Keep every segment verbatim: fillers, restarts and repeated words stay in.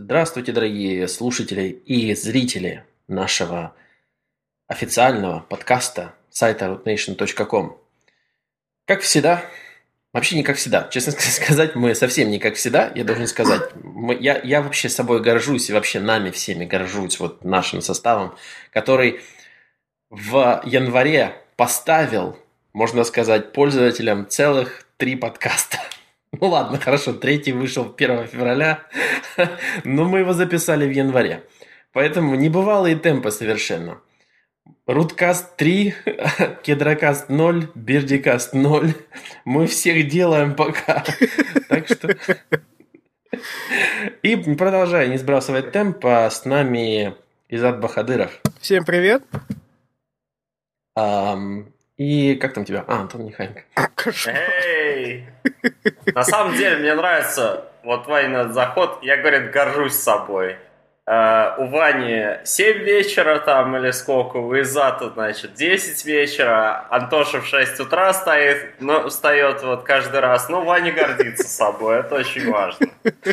Здравствуйте, дорогие слушатели и зрители нашего официального подкаста сайта root nation точка com. Как всегда, вообще не как всегда, честно сказать, мы совсем не как всегда, я должен сказать. Мы, я, я вообще собой горжусь и вообще нами всеми горжусь, вот нашим составом, который в январе поставил, можно сказать, пользователям целых три подкаста. Ну ладно, хорошо, третий вышел первого февраля, но мы его записали в январе. Поэтому небывалые темпы совершенно. Руткаст три, Кедрокаст ноль, Бердикаст ноль. Мы всех делаем пока. Так что... И продолжая не сбрасывать темп, с нами Изат Бахадыров. Всем привет. Um, и как там тебя? А, Антон Нехайенко. Эй! На самом деле, мне нравится вот Ванин заход. Я, говорит, горжусь собой. Uh, у Вани семь вечера там или сколько, у Изата, значит, десять вечера, Антоша в шесть утра стоит, но встает вот каждый раз. Ну, Ваня гордится собой, это очень важно.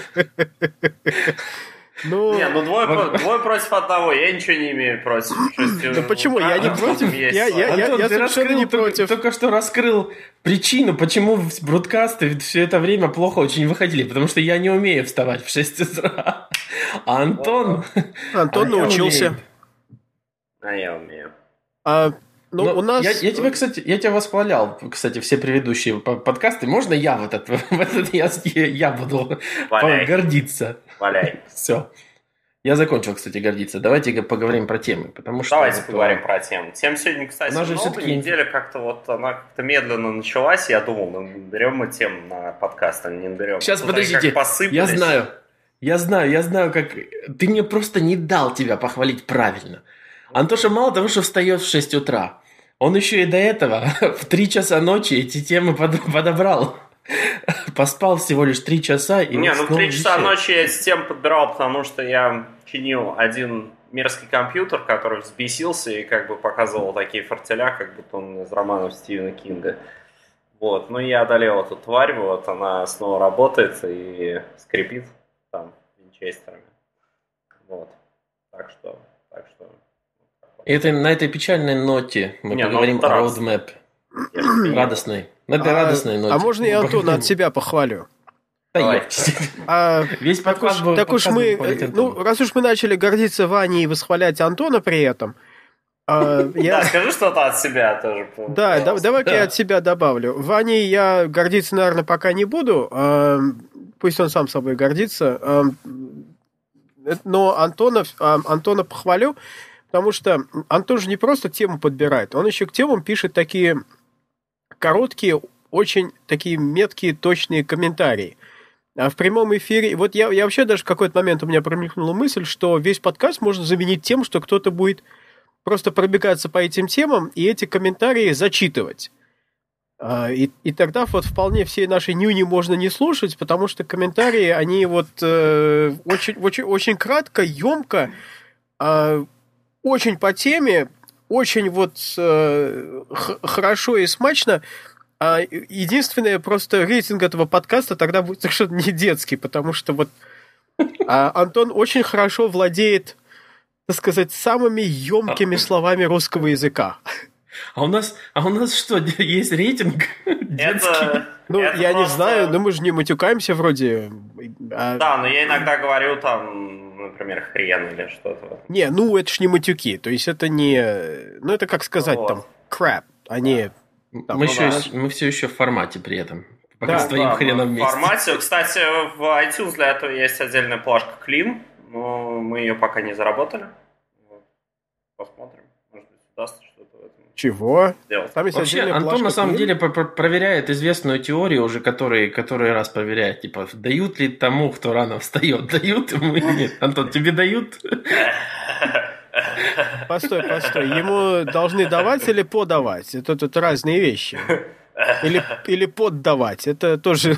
Ну, не, ну двое, во... двое против одного, я ничего не имею против. Да почему? Я не против. Я, я, я, Антон, я ты совершенно не против. Только, только что раскрыл причину, почему бродкасты все это время плохо очень выходили. Потому что я не умею вставать в шесть утра. А Антон... Антон а научился. А я умею. А, ну, Но у нас... Я, я тебя, кстати, я тебя восхвалял, кстати, все предыдущие подкасты. Можно я в этот, в этот я, я буду Валяй. гордиться? Валяй. Все. Я закончил, кстати, гордиться. Давайте поговорим про темы, потому что... Давайте вот, поговорим про темы. Тем сегодня, кстати, много. Все-таки... Неделя как-то вот, она как-то медленно началась. Я думал, ну, наберем мы тем на подкаст, а не наберем. Сейчас, Тут подождите, я знаю. Я знаю, я знаю, как... Ты мне просто не дал тебя похвалить правильно. Антоша мало того, что встает в шесть утра, он еще и до этого в три часа ночи эти темы подобрал. Поспал всего лишь три часа. И не, ну в три часа ночи я эти темы подбирал, потому что я чинил один мерзкий компьютер, который взбесился и как бы показывал такие фортеля, как будто он из романов Стивена Кинга. Вот, ну я одолел эту тварь, вот, она снова работает и скрипит там винчестерами. Вот, так что, так что... Это, на этой печальной ноте мы не, поговорим о роудмэп. Радостной. На этой а, радостной ноте. А можно я Антона от себя похвалю? Да а, Весь так уж, так уж мы, ну, раз уж мы начали гордиться Ваней и восхвалять Антона при этом, а, я... Да, скажи что-то от себя тоже. Да, да давай-ка да. я от себя добавлю. Ваней я гордиться, наверное, пока не буду. А, пусть он сам собой гордится. А, но Антона, а, Антона похвалю, потому что Антон же не просто тему подбирает, он еще к темам пишет такие короткие, очень такие меткие, точные комментарии. А в прямом эфире... Вот я, я вообще даже в какой-то момент у меня промелькнула мысль, что весь подкаст можно заменить тем, что кто-то будет просто пробегаться по этим темам и эти комментарии зачитывать. И, и тогда вот вполне всей нашей нюни можно не слушать, потому что комментарии, они вот э, очень, очень, очень кратко, емко, э, очень по теме, очень вот э, х- хорошо и смачно. А единственное, просто рейтинг этого подкаста тогда будет совершенно не детский, потому что вот а Антон очень хорошо владеет, так сказать, самыми емкими словами русского языка. А у нас, а у нас что, есть рейтинг детский? Это, ну, это я просто... не знаю, но мы же не матюкаемся вроде. А... Да, но я иногда говорю там, например, хрен или что-то. Не, ну это ж не матюки, то есть это не... Ну это как сказать вот. Там crap, а не... Там, мы, ну, еще, да. мы все еще в формате при этом. Пока да, с твоим да, хреном вместе. В формате. Кстати, в iTunes для этого есть отдельная плашка Clean, но мы ее пока не заработали. Вот. Посмотрим. Может быть, удастся что-то в этом. Чего? Там есть Вообще, Антон на самом clean? деле проверяет известную теорию уже, который, который раз проверяет. Типа, дают ли тому, кто рано встает? Дают ему или нет? Антон, тебе дают? Постой, постой. Ему должны давать или подавать? Это тут разные вещи. Или, или поддавать. Это тоже...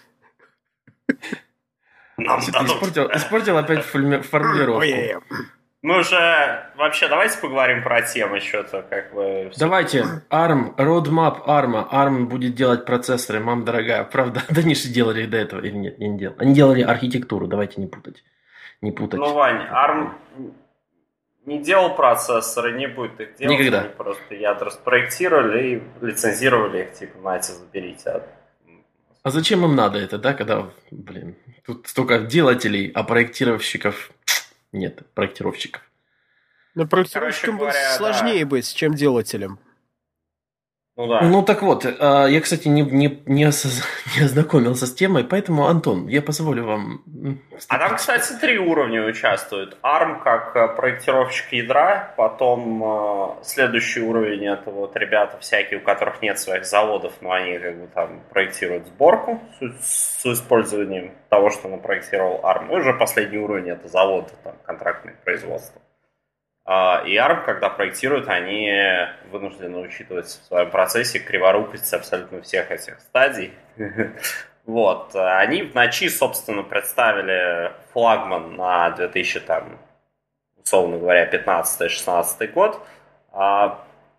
Нам Ты испортил, испортил опять формулировку. Мы уже... Вообще, давайте поговорим про тему что-то. Как бы... Давайте. арм, roadmap арм. арм будет делать процессоры, мам дорогая. Правда, да они же делали до этого или нет? Не делали. Они делали архитектуру, давайте не путать. не путать. Ну, Вань, ARM не делал процессоры, не будет их делать. Никогда. Они просто ядра спроектировали и лицензировали их, типа, нате, заберите. А зачем им надо это, да, когда, блин, тут столько делателей, а проектировщиков нет, проектировщиков. Но проектировщикам было сложнее да. быть, чем делателем. Ну, да. Ну так вот, я, кстати, не, не, не, осоз... не ознакомился с темой, поэтому, Антон, я позволю вам... А там, кстати, три уровня участвуют. ARM как проектировщик ядра, потом следующий уровень — это вот ребята всякие, у которых нет своих заводов, но они как бы там проектируют сборку с, с использованием того, что напроектировал ARM. И уже последний уровень — это заводы, там, контрактное производство. И ARM, когда проектируют, они вынуждены учитывать в своем процессе криворукость абсолютно всех этих стадий. Вот. Они в ночи, собственно, представили флагман на две тысячи, там, условно говоря, пятнадцатый-шестнадцатый год. В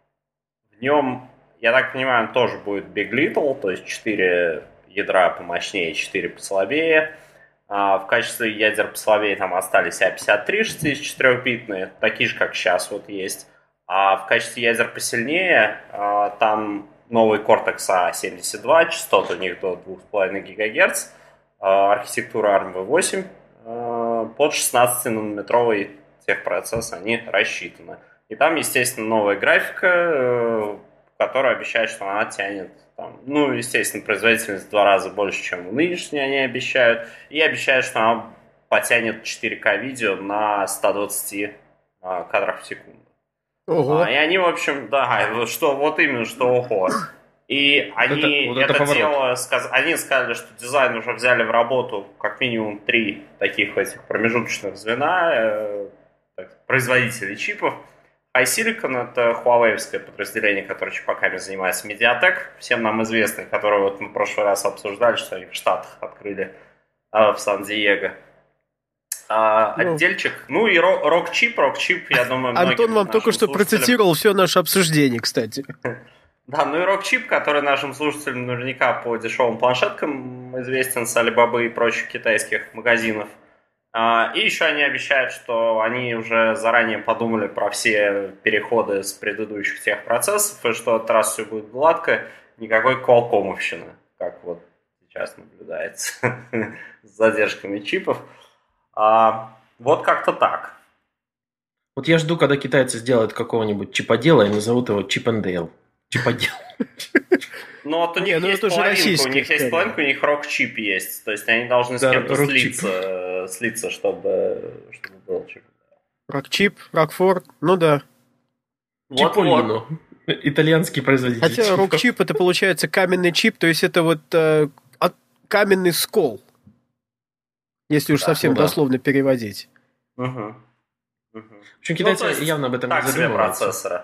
нем, я так понимаю, он тоже будет Big Little, то есть четыре ядра помощнее, четыре послабее. В качестве ядер послабее там остались а пятьдесят три шестидесятичетырёхбитные, такие же, как сейчас вот есть. А в качестве ядер посильнее там новый Cortex а семьдесят два, частоты у них до двух с половиной гигагерц, архитектура ARM ви восемь, под шестнадцатинанометровый техпроцесс они рассчитаны. И там, естественно, новая графика, которая обещает, что она тянет, там, ну, естественно, производительность в два раза больше, чем у нынешней они обещают. И обещают, что она потянет четыре ка видео на ста двадцати а, кадрах в секунду. Ого. А, и они, в общем, да, что вот именно, что ого. И они вот это, это дело, сказ... они сказали, что дизайн уже взяли в работу как минимум три таких этих промежуточных звена, э, так, производителей чипов. iSilicon — это хуавеевское подразделение, которое чипаками занимается. Mediatek, всем нам известный, который вот мы в прошлый раз обсуждали, что они в Штатах открыли, а, в Сан-Диего. А, ну, отдельчик. Ну и Rockchip, Rockchip, я думаю, многим Антон вам только что слушателям... процитировал все наше обсуждение, кстати. Да, ну и Rockchip, который нашим слушателям наверняка по дешевым планшеткам известен с Alibaba и прочих китайских магазинов. И еще они обещают, что они уже заранее подумали про все переходы с предыдущих техпроцессов, и что этот раз все будет гладко, никакой квалкомовщины, как вот сейчас наблюдается с задержками чипов. А, вот как-то так. Вот я жду, когда китайцы сделают какого-нибудь чиподела и назовут его Chip and Dale. Чиподел. Ну, вот у них Не, есть ну, половинка, у них есть половинка, у них Rockchip есть. То есть они должны с да, кем-то слиться, слиться, чтобы, чтобы был чип. Rockchip, Rockford, ну да. Вот, Чиполлино. Вот. Итальянский производитель. Хотя Rockchip это получается каменный чип, то есть это вот э, каменный скол. Если уж да, совсем ну да. дословно переводить. Угу. Угу. В общем, китайцы ну, явно об этом так не задумываются. Процессора.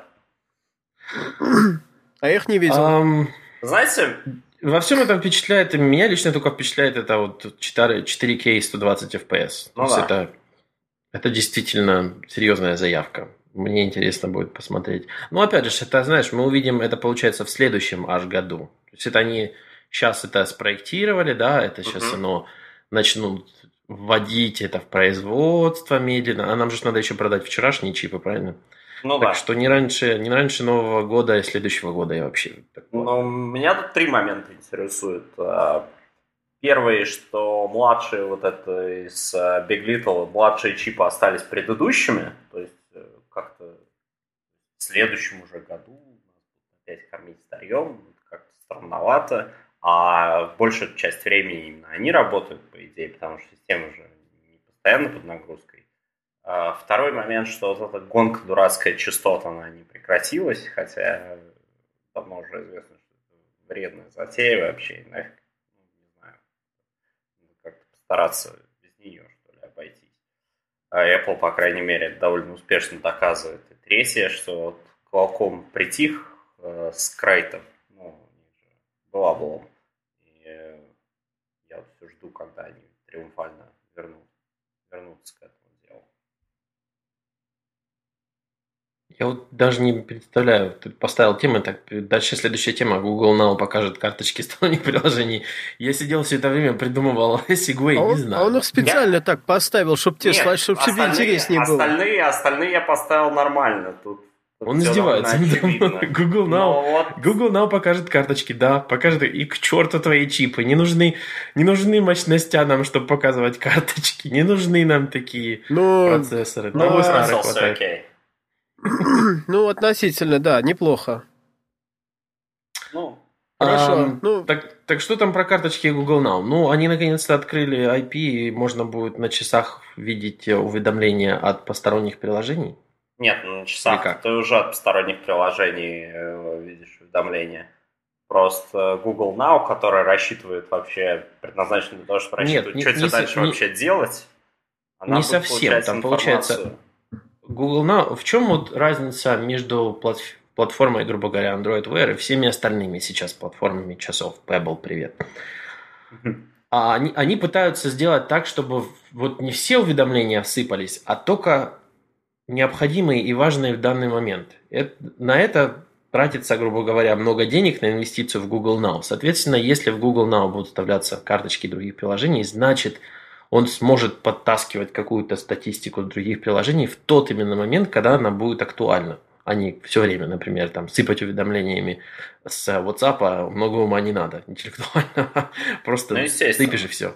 А я их не видел. Um, Знаете, во всем этом впечатляет, меня лично только впечатляет это вот четыре кей сто двадцать эф пи эс. Ну То да. есть это, это действительно серьезная заявка. Мне интересно будет посмотреть. Но опять же, это, знаешь, мы увидим, это получается в следующем аж году. То есть это они сейчас это спроектировали, да, это сейчас uh-huh. оно начнут вводить это в производство медленно. А нам же надо еще продать вчерашние чипы, правильно? Ну так да. что не раньше, не раньше Нового года и следующего года я вообще... Ну, меня тут три момента интересуют. Первый, что младшие вот это из Big Little, младшие чипы остались предыдущими, то есть как-то в следующем уже году нас опять кормить старьем, как-то странновато, а большую часть времени именно они работают, по идее, потому что система уже не постоянно под нагрузкой. Второй момент, что вот эта гонка дурацкая частот, она не прекратилась, хотя давно уже известно, что это вредная затея вообще, нафиг, ну, не знаю, надо как-то постараться без нее, что ли, обойтись. А Apple, по крайней мере, довольно успешно доказывает. И третье, что вот Qualcomm притих э, с Крейтом, ну, была была. И э, я вот все жду, когда они триумфально вернут, вернутся к этому делу. Я вот даже не представляю, ты поставил тему, так дальше следующая тема. Google Now покажет карточки сторонних приложений. Я сидел все это время, придумывал Segway, А не он, а он знаю. их специально Я... так поставил, чтобы тебе, Нет, чтобы тебе остальные, интереснее было. остальные, остальные я поставил нормально. Тут, тут Он всё издевается. довольно очевидно. Google Now, Но вот... Google Now покажет карточки, да, покажет. И к черту твои чипы. Не нужны, не нужны мощности нам, чтобы показывать карточки. Не нужны нам такие Ну, процессоры. Ну, Того старых смысл всё хватает. окей. ну, относительно, да, неплохо. Ну, Хорошо. Ам, ну, так, так что там про карточки Google Now? Ну, они наконец-то открыли ай пи, и можно будет на часах видеть уведомления от посторонних приложений. нет, на часах как? ты уже от посторонних приложений э, видишь уведомления. Просто Google Now, который рассчитывает вообще, предназначен для того, чтобы Нет, рассчитывать, не- что не тебе со- дальше не- вообще делать, она не будет совсем. получать Там получается- информацию. Google Now, в чем вот разница между плат- платформой, грубо говоря, Android Wear и всеми остальными сейчас платформами часов? Pebble, привет. А они, они пытаются сделать так, чтобы вот не все уведомления сыпались, а только необходимые и важные в данный момент. Это, на это тратится, грубо говоря, много денег на инвестицию в Google Now. Соответственно, если в Google Now будут вставляться карточки других приложений, значит, он сможет подтаскивать какую-то статистику других приложений в тот именно момент, когда она будет актуальна. А не все время, например, там, сыпать уведомлениями с WhatsApp, много ума не надо, интеллектуально. Просто Ну, естественно. сыпешь и все.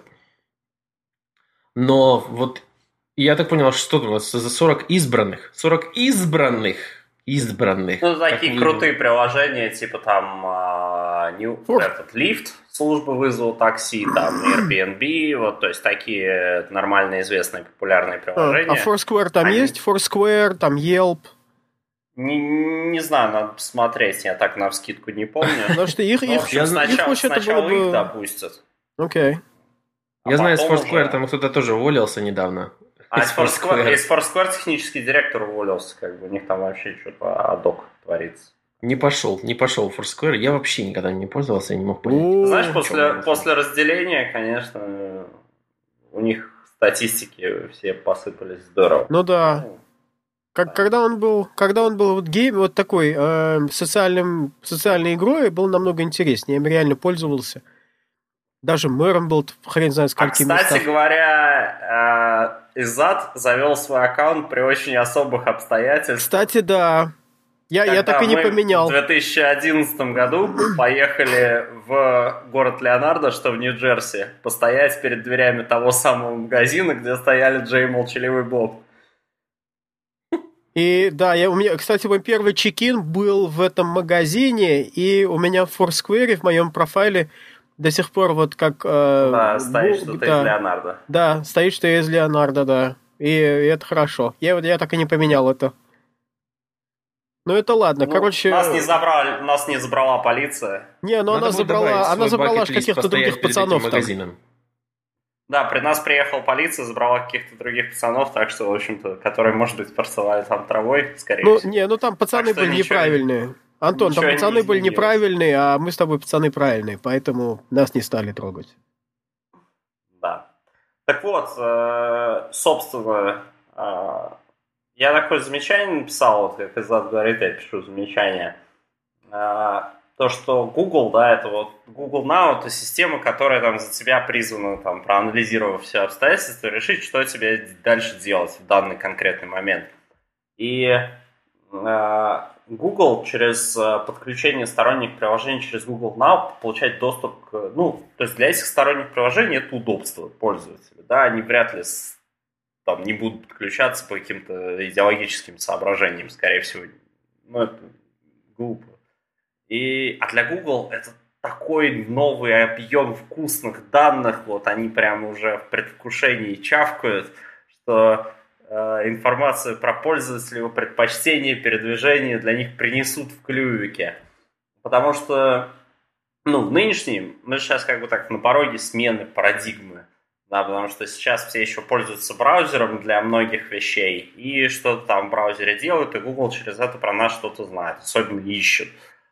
Но вот я так понял, что у нас за сорок избранных. сорок избранных. Избранных. Ну, такие Как вы- крутые приложения, типа там а, New, Фух. этот Lyft, служба вызова такси, там Airbnb, вот, то есть такие нормально известные популярные а, приложения. а Foursquare там Они- есть? Foursquare, там Yelp. Не, не знаю, надо посмотреть, я так навскидку не помню. Потому что их, Ну, в их, общем, я- их сначала, вообще-то сначала было их бы... допустят. Окей. а Я знаю, с потом Foursquare уже- там кто-то тоже уволился недавно. А Из из Foursquare, Foursquare. из Foursquare технический директор уволился, как бы у них там вообще что-то адок творится. Не пошел, не пошел в Foursquare. Я вообще никогда не пользовался и не мог понять. О, Знаешь, чём после, он? после разделения, конечно, у них статистики все посыпались здорово. Ну да. Ну, Как, когда он был, когда он был вот гейм, вот такой э, социальным, социальной игрой, был намного интереснее. Я им реально пользовался. Даже мэром был, хрен знает, А, скольки кстати местах. говоря, э, Иззад завел свой аккаунт при очень особых обстоятельствах. Кстати, да. Я, я Когда так и не мы поменял. в две тысячи одиннадцатом году поехали в город Леонардо, что в Нью-Джерси, постоять перед дверями того самого магазина, где стояли Джей и Молчаливый Боб. И да, я, у меня, кстати, мой первый чекин был в этом магазине, и у меня в Foursquare, в моем профайле, до сих пор вот как... э, Да, стоит, бу- что ты да, из Леонардо. Да, стоит, что я из Леонардо, да. И, это хорошо. Я, вот- я так и не поменял это. Ну это ладно, Ну, короче... Нас не, забрали, нас не забрала полиция. Не, ну Надо она будет забрала, добавить в она свой забрала аж бакет-лист, каких-то постоять других перед этим пацанов там. магазином. Да, при нас приехала полиция, забрала каких-то других пацанов, так что, в общем-то, которые, может быть, порцевали там травой, скорее Ну, всего. не, ну там пацаны Так что были ничего неправильные. Антон, ничего там не пацаны были изменилось. неправильные, а мы с тобой пацаны правильные, поэтому нас не стали трогать. Да. Так вот, э, собственно, э, я такое замечание написал, вот как Иззад говорит, я пишу замечание. Э, то, что Google, да, это вот Google Now, это система, которая там за тебя призвана, там, проанализировав все обстоятельства, решить, что тебе дальше делать в данный конкретный момент. И э, Google через э, подключение сторонних приложений через Google Now получать доступ к... Ну, то есть для этих сторонних приложений это удобство пользователя, да, они вряд ли с, там, не будут подключаться по каким-то идеологическим соображениям, скорее всего. Ну, это глупо. И, а для Google это такой новый объем вкусных данных, вот они прямо уже в предвкушении чавкают, что э, информацию про пользователя, его предпочтения, передвижения для них принесут в клювике. Потому что, ну, в нынешнем, мы сейчас как бы так на пороге смены парадигмы, да, потому что сейчас все еще пользуются браузером для многих вещей, и что-то там в браузере делают, и Google через это про нас что-то знает, особенно ищут.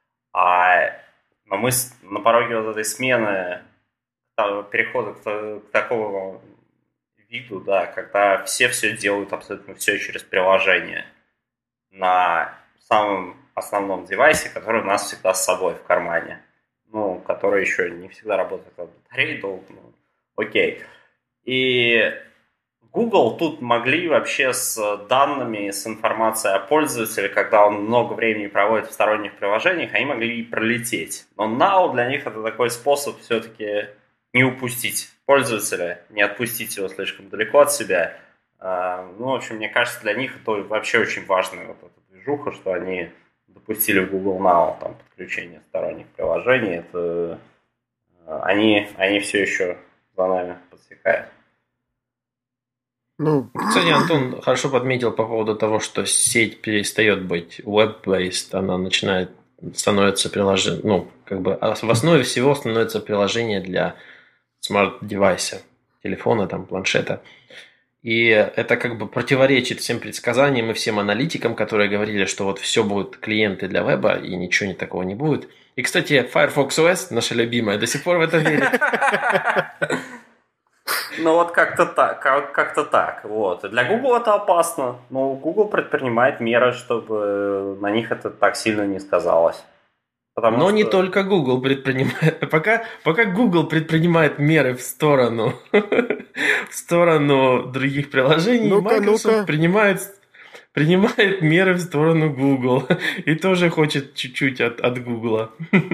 А но мы на пороге вот этой смены, перехода к, к такому виду, да, когда все все делают абсолютно все через приложение. на самом основном девайсе, который у нас всегда с собой в кармане. Ну, который еще не всегда работает от батареи долго, ну, окей. И Google тут могли вообще с данными, с информацией о пользователе, когда он много времени проводит в сторонних приложениях, они могли и пролететь. Но Now для них это такой способ все-таки не упустить пользователя, не отпустить его слишком далеко от себя. Ну, в общем, мне кажется, для них это вообще очень важная вот эта движуха, что они допустили в Google Now там, подключение сторонних приложений. Это они, они все еще за нами подсекают. Ну, кстати, Антон хорошо подметил по поводу того, что сеть перестает быть web-based, она начинает становится приложением, ну, как бы в основе всего становится приложение для смарт-девайса, телефона, там, планшета. И это как бы противоречит всем предсказаниям и всем аналитикам, которые говорили, что вот все будут клиенты для веба, и ничего не такого не будет. И, кстати, Firefox о эс, наша любимая, до сих пор в это верит. Ну вот как-то так, как- как-то так, вот. И для Google это опасно, но Google предпринимает меры, чтобы на них это так сильно не сказалось. Потому Но что... не только Google предпринимает. Пока, пока Google предпринимает меры в сторону, в сторону других приложений, Ну-ка, Microsoft ну-ка. принимает, принимает меры в сторону Google. И тоже хочет чуть-чуть от, от Google.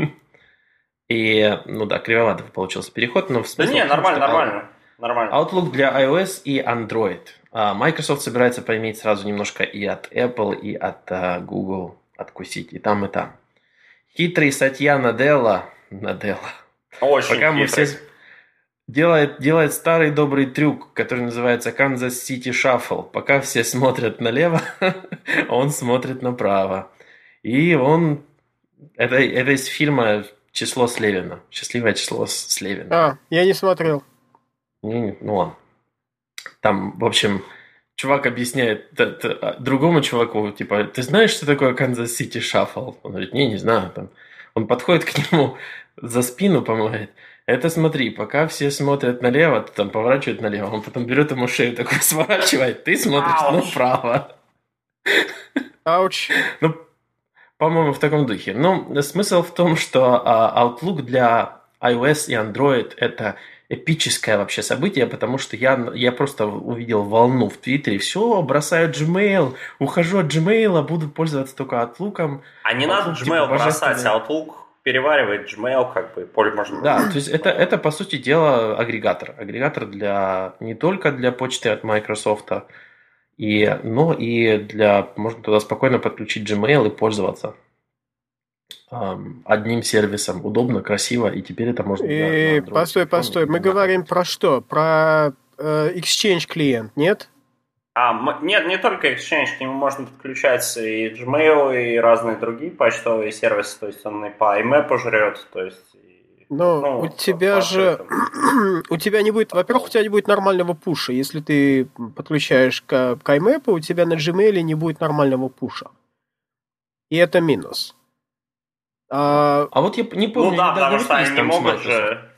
И, ну да, кривовато получился переход, но в Да смысле... не, в том, нормально, что нормально, нормально. Outlook для iOS и Android. А Microsoft собирается поиметь сразу немножко и от Apple, и от а, Google откусить. И там, и там. Хитрый Сатья Наделла, Наделла. Очень Пока мы хитрый. все делает, делает старый добрый трюк, который называется Kansas City Shuffle. Пока все смотрят налево, он смотрит направо. И он... Это, это из фильма «Число Слевина». «Счастливое число Слевина». А, я не смотрел. Ну, ну ладно. Там, в общем, чувак объясняет т- т- другому чуваку, типа, ты знаешь, что такое Kansas City Shuffle? Он говорит, не, не знаю. Там. Он подходит к нему за спину, помогает. Это смотри, пока все смотрят налево, ты там поворачивает налево, он потом берет ему шею такой, сворачивает, ты смотришь Ауч. направо. Ауч. Ну, по-моему, в таком духе. Но смысл в том, что а, Outlook для iOS и Android – это эпическое вообще событие, потому что я, я просто увидел волну в Твиттере. Все, бросаю Gmail, ухожу от Gmail, буду пользоваться только Outlook. А не надо Outlook, Gmail типа, бросать, божественный. Outlook переваривает Gmail, как бы, поле можно... Да, то есть это, это, по сути дела, агрегатор. Агрегатор для не только для почты от Microsoft, и, но и для... Можно туда спокойно подключить Gmail и пользоваться эм, одним сервисом. Удобно, красиво, и теперь это можно... И, на- на Android постой, телефоне постой. Мы на- говорим про что? Про э, Exchange клиент, нет? А, м- нет, не только Exchange, к нему можно подключать и Gmail, и разные другие почтовые сервисы, то есть он и по IMAP жрет, то есть... и- Но ну, у тебя по же... этому. У тебя не будет... Во-первых, у тебя не будет нормального пуша. Если ты подключаешь к, к IMAP, у тебя на Gmail не будет нормального пуша. И это минус. А, А вот я не помню... Ну да, они потому что договорились они не там с могут Microsoft. же...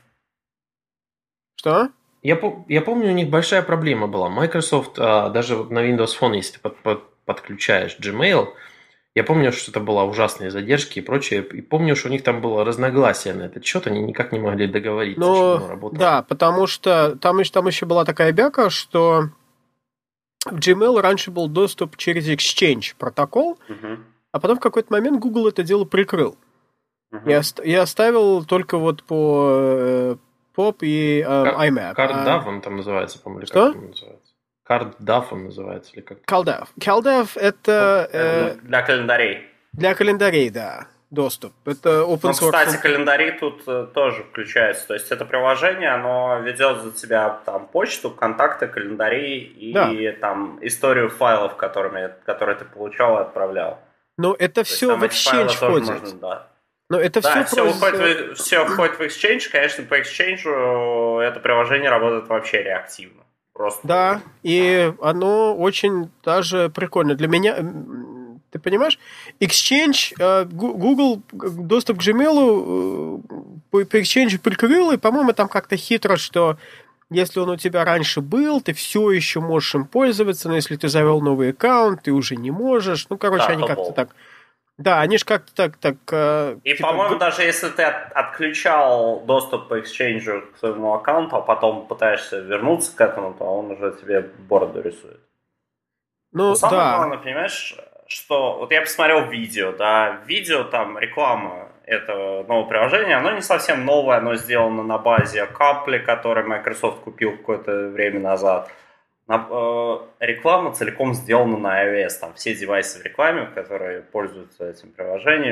что? Я, пом- я помню, у них большая проблема была. Microsoft, а, даже вот на Windows Phone, если ты под- под- подключаешь Gmail, я помню, что это было ужасные задержки и прочее. И помню, что у них там было разногласие на этот счет, они никак не могли договориться, чтобы оно Ну, работало. да, потому что там, ещё- там еще была такая бяка, что в Gmail раньше был доступ через Exchange протокол, Мгм. а потом в какой-то момент Google это дело прикрыл. Мгм. И, ост- и оставил только вот по э, поп и э, Кар- IMAP. CardDAV А он там называется, по-моему, или Что? как он называется? CardDAV он называется, или как? CalDAV. CalDAV это э, Это для календарей. для календарей, да, доступ. Это open Ну, source. кстати, календари тут э, тоже включаются. То есть это приложение, оно ведет за тебя там почту, контакты, календари и Да. там историю файлов, которыми, которые ты получал и отправлял. Но это То есть все там в эти файлы Exchange тоже входит. можно, да. Но это Да, все, все, уходит в, все входит в Exchange. Конечно, по Exchange это приложение работает вообще реактивно. Просто. Да, и оно очень даже прикольно. Для меня, м, ты понимаешь, Exchange, э, Гу- Google доступ к Gmail э, по по Exchange прикрыл, и, по-моему, там как-то хитро, что если он у тебя раньше был, ты все еще можешь им пользоваться, но если ты завел новый аккаунт, ты уже не можешь. Ну, короче, да, они как-то был. так... Да, они же как-то так... так И, типа... по-моему, даже если ты от, отключал доступ по эксчейнджу к своему аккаунту, а потом пытаешься вернуться к этому, то он уже тебе бороду рисует. Ну, Но самое да. главное, понимаешь, что... Вот я посмотрел видео, да, видео, там, реклама этого нового приложения, оно не совсем новое, оно сделано на базе Капли, который Microsoft купил какое-то время назад. На, э, реклама целиком сделана на iOS, там все девайсы в рекламе, которые пользуются этим приложением,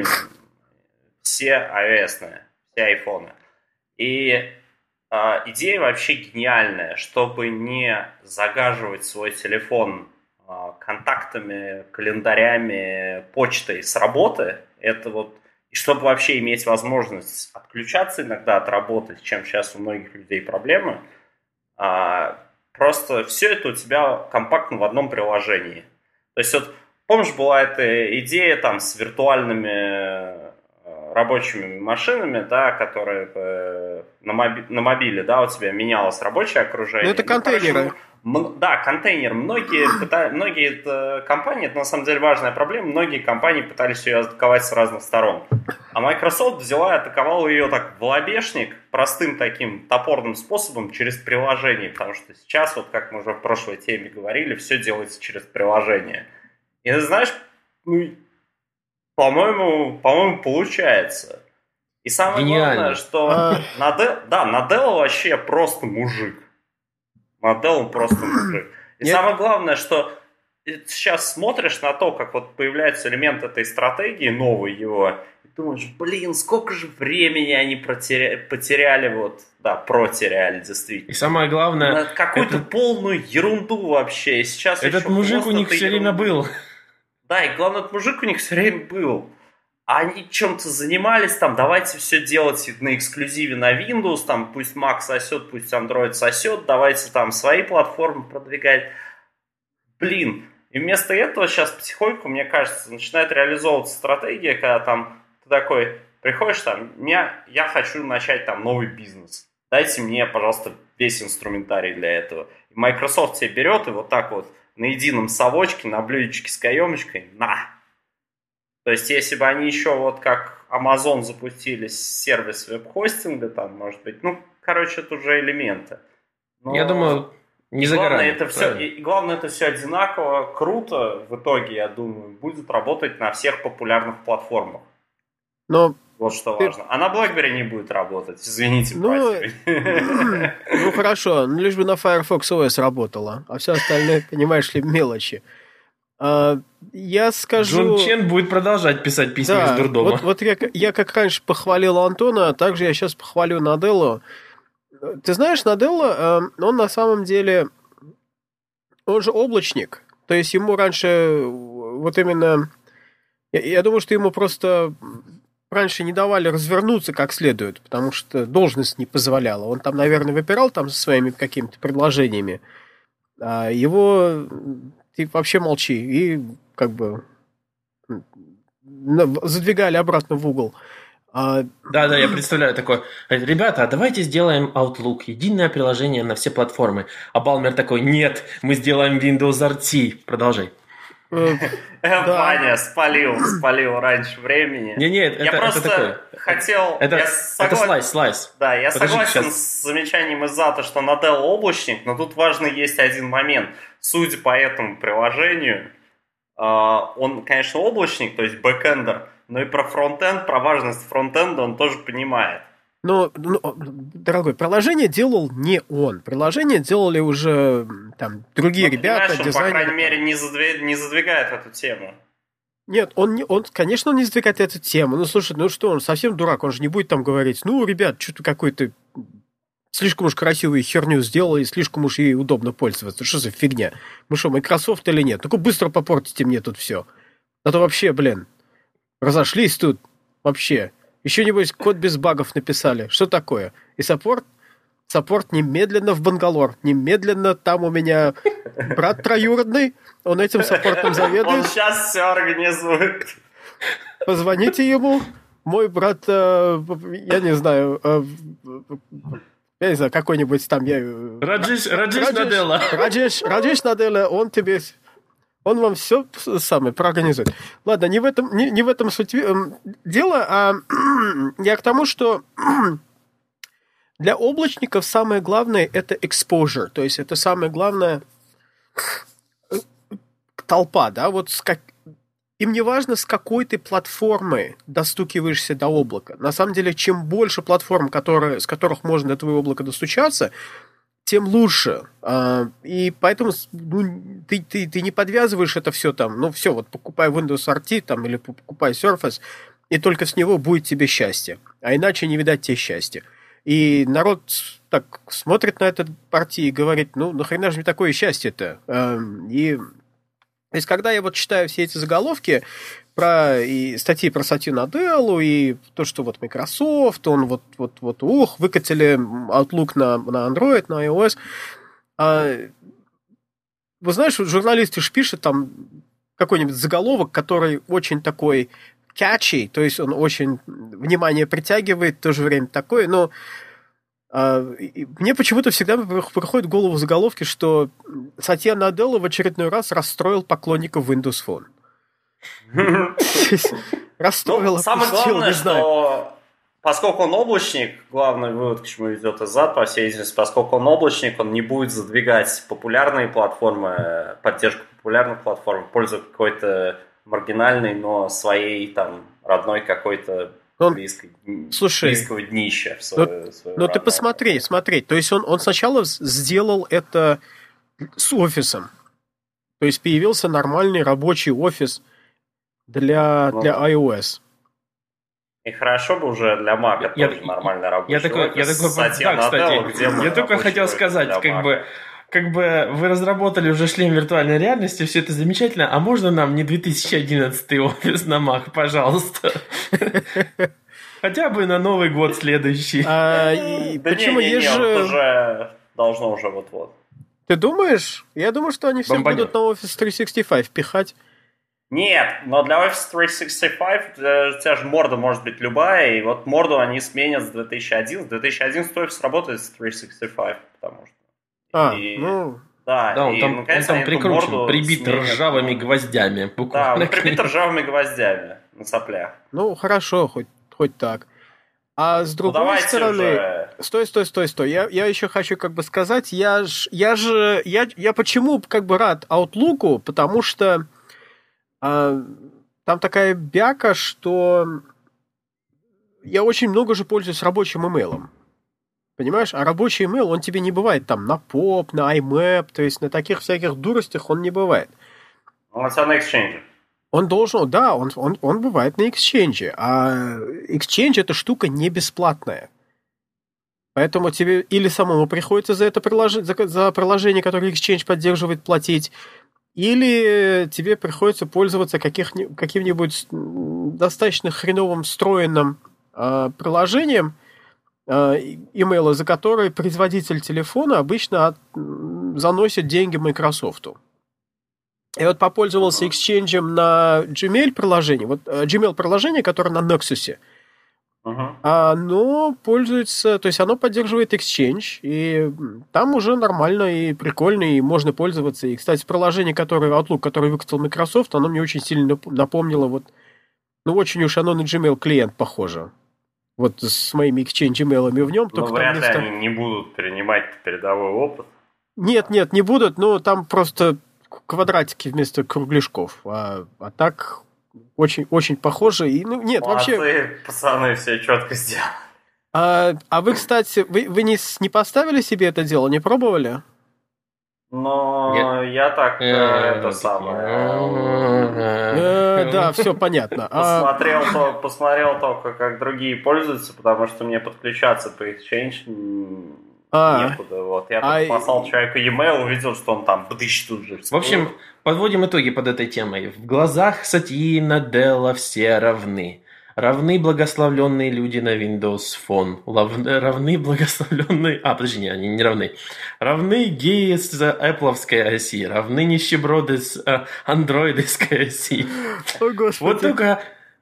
все iOS-ные, все айфоны. И э, идея вообще гениальная, чтобы не загаживать свой телефон э, контактами, календарями, почтой с работы, это вот, и чтобы вообще иметь возможность отключаться иногда от работы, с чем сейчас у многих людей проблемы, э, просто все это у тебя компактно в одном приложении. То есть вот, помнишь, была эта идея там с виртуальными рабочими машинами, да, которые э, на, моби- на мобиле, да, у тебя менялось рабочее окружение. Ну, это контейнеры. Ну, короче, м- да, контейнер. Многие, пыта- многие это, компании, это на самом деле важная проблема, многие компании пытались ее атаковать с разных сторон. А Microsoft взяла и атаковала ее так в лобешник, простым таким топорным способом через приложение, потому что сейчас, вот как мы уже в прошлой теме говорили, все делается через приложение. И ты знаешь, ну, по-моему, по-моему, получается. И самое Гениально. главное, что Наделл, да, Наделл вообще просто мужик. Наделл он просто мужик. И Нет. самое главное, что сейчас смотришь на то, как вот появляется элемент этой стратегии, новый его, и думаешь, блин, сколько же времени они протеря... потеряли, вот, да, протеряли, действительно. И самое главное... На какую-то это... полную ерунду вообще. И сейчас этот мужик у них все время был. Да, и главное, этот мужик у них все время был. А они чем-то занимались, там, давайте все делать на эксклюзиве на Windows, там, пусть Mac сосет, пусть Android сосет, давайте там свои платформы продвигать. Блин, и вместо этого сейчас потихоньку, мне кажется, начинает реализовываться стратегия, когда там ты такой приходишь, там, меня, я хочу начать там новый бизнес. Дайте мне, пожалуйста, весь инструментарий для этого. И Microsoft тебе берет и вот так вот на едином совочке, на блюдечке с каемочкой, на. То есть, если бы они еще вот как Amazon запустили сервис веб-хостинга, там, может быть, ну, короче, это уже элементы. Но я думаю, не за горами. Это все, и главное, это все одинаково круто в итоге, я думаю, будет работать на всех популярных платформах. Но вот что ты... важно. А на BlackBerry не будет работать, извините, ну, простите. Ну, хорошо, ну, лишь бы на Firefox о эс работало, а все остальное, понимаешь ли, мелочи. А, я скажу... Джон Чен будет продолжать писать письма да, из дурдома. Вот, вот я, я как раньше похвалил Антона, также я сейчас похвалю Наделлу. Ты знаешь, Наделла, он на самом деле, он же облачник. То есть ему раньше вот именно... Я, я думаю, что ему просто раньше не давали развернуться как следует, потому что должность не позволяла. Он там, наверное, выпирал там со своими какими-то предложениями. А его... Ты вообще молчи. И как бы задвигали обратно в угол. А... Да, да, я представляю такое. Ребята, а давайте сделаем Outlook, единое приложение на все платформы. А Балмер такой, нет, мы сделаем Windows ар ти. Продолжай. Ваня спалил, спалил раньше времени. Не, нет, я это, просто это такой. хотел. Это, я согла... это слайс, слайс. Да, я Подожди, согласен сейчас. с замечанием из зата, что Nadello облачник, но тут важный есть один момент. Судя по этому приложению, он, конечно, облачник, то есть бэкэндер, но и про фронтенд, про важность фронтенда он тоже понимает. Но, ну, дорогой, приложение делал не он. Приложение делали уже там другие ну, ребята, он, дизайнеры. по крайней мере, не, задвиг... не задвигает эту тему. Нет, он, не, он, конечно, он не задвигает эту тему. Ну, слушай, ну что, он совсем дурак, он же не будет там говорить, ну, ребят, что-то какой-то слишком уж красивую херню сделали, слишком уж ей удобно пользоваться. Что за фигня? Мы что, Microsoft или нет? Ну-ка быстро попортите мне тут все. А то вообще, блин, разошлись тут вообще. Еще, небось, код без багов написали. Что такое? И саппорт? Саппорт немедленно в Бангалор. Немедленно там у меня брат троюродный. Он этим саппортом заведует. Он сейчас все организует. Позвоните ему. Мой брат, я не знаю, я не знаю, какой-нибудь там... Я... Раджеш, Раджеш Наделла. Раджеш, Раджеш Наделла, он тебе... Он вам все самое проорганизует. Ладно, не в этом, не, не в этом суть дело, а я к тому, что для облачников самое главное – это exposure, то есть это самое главное толпа, да, вот с как... им не важно, с какой ты платформы достукиваешься до облака. На самом деле, чем больше платформ, которые, с которых можно до твоего облака достучаться, тем лучше. И поэтому ну, ты, ты, ты не подвязываешь это все там, ну все, вот покупай Windows ар ти там, или покупай Surface, и только с него будет тебе счастье. А иначе не видать тебе счастья. И народ так смотрит на этот ар ти и говорит, ну нахрена же мне такое счастье-то? И то есть, когда я вот читаю все эти заголовки про и статьи про Сатью Наделлу и то, что вот Microsoft, он вот, вот, вот, ух, выкатили Outlook на, на Android, на iOS. А, вы знаешь, журналисты ж пишут там какой-нибудь заголовок, который очень такой catchy, то есть он очень внимание притягивает, в то же время такой, но а, мне почему-то всегда приходит в голову заголовки, что Сатья Наделла в очередной раз расстроил поклонников Windows Phone. Расстроил, ну, самое главное, что поскольку он облачник, главный вывод, к чему ведет Изат, по всей видимости, поскольку он облачник, он не будет задвигать популярные платформы, поддержку популярных платформ в пользу какой-то маргинальной, но своей там родной какой-то он, близкой, слушай, близкого днища. В свое, ну, ну ты посмотри, смотри, то есть он, он сначала сделал это с офисом, то есть появился нормальный рабочий офис для, ну, для iOS. И хорошо бы уже для Mac я, тоже нормально рабочий я такой, офис. Я такой, да, Наделла, кстати, я только хотел сказать, как бы, как бы вы разработали уже шлем виртуальной реальности, все это замечательно, а можно нам не две тысячи одиннадцатый офис на Mac, пожалуйста? Хотя бы на Новый год следующий. Почему есть же... уже должно уже вот-вот. Ты думаешь? Я думаю, что они все будут на Office триста шестьдесят пять пихать. Нет, но для Office триста шестьдесят пять у тебя же морда может быть любая, и вот морду они сменят с две тысячи одиннадцатого. две тысячи одиннадцатый офис работает с триста шестьдесят пять, потому что... А, и... ну... Да, да, он и, там, наконец, он там прикручен, прибит сменят. ржавыми гвоздями. Буквально. Да, прибит ржавыми гвоздями на соплях. Ну, хорошо, хоть, хоть так. А с другой ну, стороны... Уже... Стой, стой, стой, стой. Я, я еще хочу как бы сказать, я ж, я же... Я, я почему как бы рад Outlook'у, потому что а, там такая бяка, что я очень много же пользуюсь рабочим имейлом. Понимаешь? А рабочий имейл, он тебе не бывает там на поп, на IMAP, то есть на таких всяких дуростях он не бывает. Он у тебя на Exchange. Он должен, да, он, он, он бывает на Exchange, а Exchange эта штука не бесплатная. Поэтому тебе или самому приходится за это приложение, за, за приложение, которое Exchange поддерживает, платить, или тебе приходится пользоваться каких, каким-нибудь достаточно хреновым встроенным э, приложением, имейла, за который производитель телефона обычно от, заносит деньги Microsoft. Я вот попользовался Exchange на Gmail приложении, вот Gmail приложение, которое на Nexus, uh-huh. оно пользуется, то есть оно поддерживает Exchange, и там уже нормально и прикольно, и можно пользоваться. И, кстати, приложение, которое Outlook, которое выкатил Microsoft, оно мне очень сильно напомнило, вот, ну, очень уж оно на Gmail клиент похоже. Вот с моими Exchange-имейлами в нем. Но вряд ли вместо... они не будут перенимать передовой опыт. Нет, нет, не будут, но там просто квадратики вместо кругляшков. А, а так очень, очень похоже. И, ну, нет, молодцы, вообще... пацаны, все четко сделали. А, а вы, кстати, вы, вы не, не поставили себе это дело, не пробовали? Но я, я так, это самое... Да, все понятно. Посмотрел, то, посмотрел только, как другие пользуются, потому что мне подключаться по Exchange некуда. Вот. Я а... послал человеку e-mail, увидел, что он там бдыщ тут же. В общем, подводим итоги под этой темой. В глазах Сатьи Наделла все равны. Равны благословленные люди на Windows Phone. Равны благословленные... А, подожди, не, они не равны. Равны геи с Apple'овской оси. Равны нищеброды с андроидовской оси. О, Господи. Вот только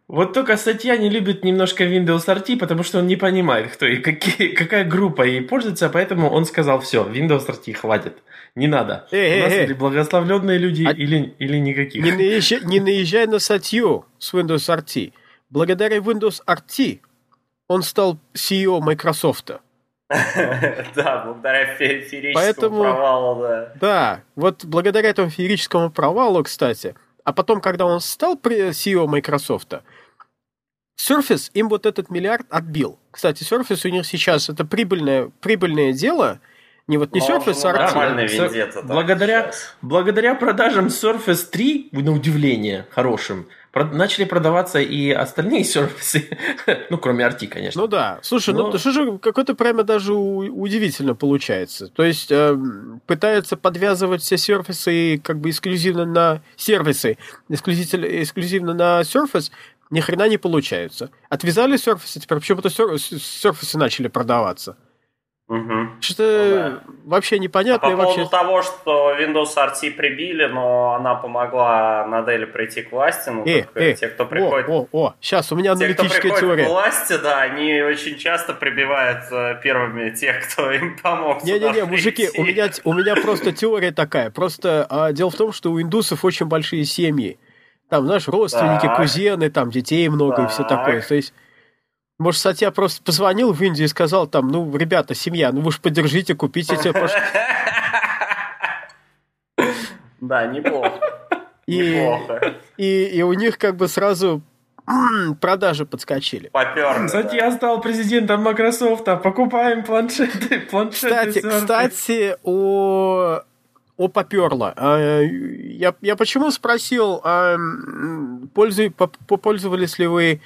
Вот только Сатья не любит немножко Windows ар ти, потому что он не понимает, кто и какие, какая группа ей пользуется, поэтому он сказал, все, Windows ар ти хватит, не надо. Эй, У нас эй, или благословленные люди, а... или, или никаких. Не наезжай, не наезжай на Сатью с Windows ар ти. Благодаря Windows ар ти он стал си и о Microsoft. Да, благодаря феерическому провалу, да. Да, вот благодаря этому феерическому провалу, кстати. А потом, когда он стал си и о Microsoft, Surface им вот этот миллиард отбил. Кстати, Surface у них сейчас это прибыльное, прибыльное дело. Не вот не Но Surface, а нормальный вендетта. Благодаря, благодаря продажам Surface три, на удивление, хорошим, начали продаваться и остальные Surface, ну, кроме ар ти, конечно. Ну да. Слушай, Но... ну что же, какой-то прямо даже удивительно получается. То есть э, пытаются подвязывать все Surface как бы эксклюзивно на сервисы, эксклюзивно на Surface, ни хрена не получается. Отвязали Surface, теперь почему-то Surface начали продаваться. Угу. Что-то ну, да. вообще непонятно. А по поводу вообще... того, что Windows ар ти прибили, но она помогла Наделе прийти к власти, ну, э, как, э, те, кто приходит... О, о, о, сейчас, у меня аналитическая теория. Те, кто приходит теория. к власти, да, они очень часто прибивают первыми тех, кто им помог. Не-не-не, мужики, у меня, у меня просто теория такая. Просто а, дело в том, что у индусов очень большие семьи. Там, знаешь, родственники, так. кузены, там детей много так. и все такое. То есть... Может, Сатья просто позвонил в Индию и сказал там, ну, ребята, семья, ну вы ж поддержите, купите тебе, пожалуйста. Да, неплохо. Неплохо. И у них как бы сразу продажи подскочили. Попёрли. Сатья стал президентом Microsoft, покупаем планшеты, планшеты. Кстати, кстати, о... О, попёрло. Я, я почему спросил, пользу... попользовались ли вы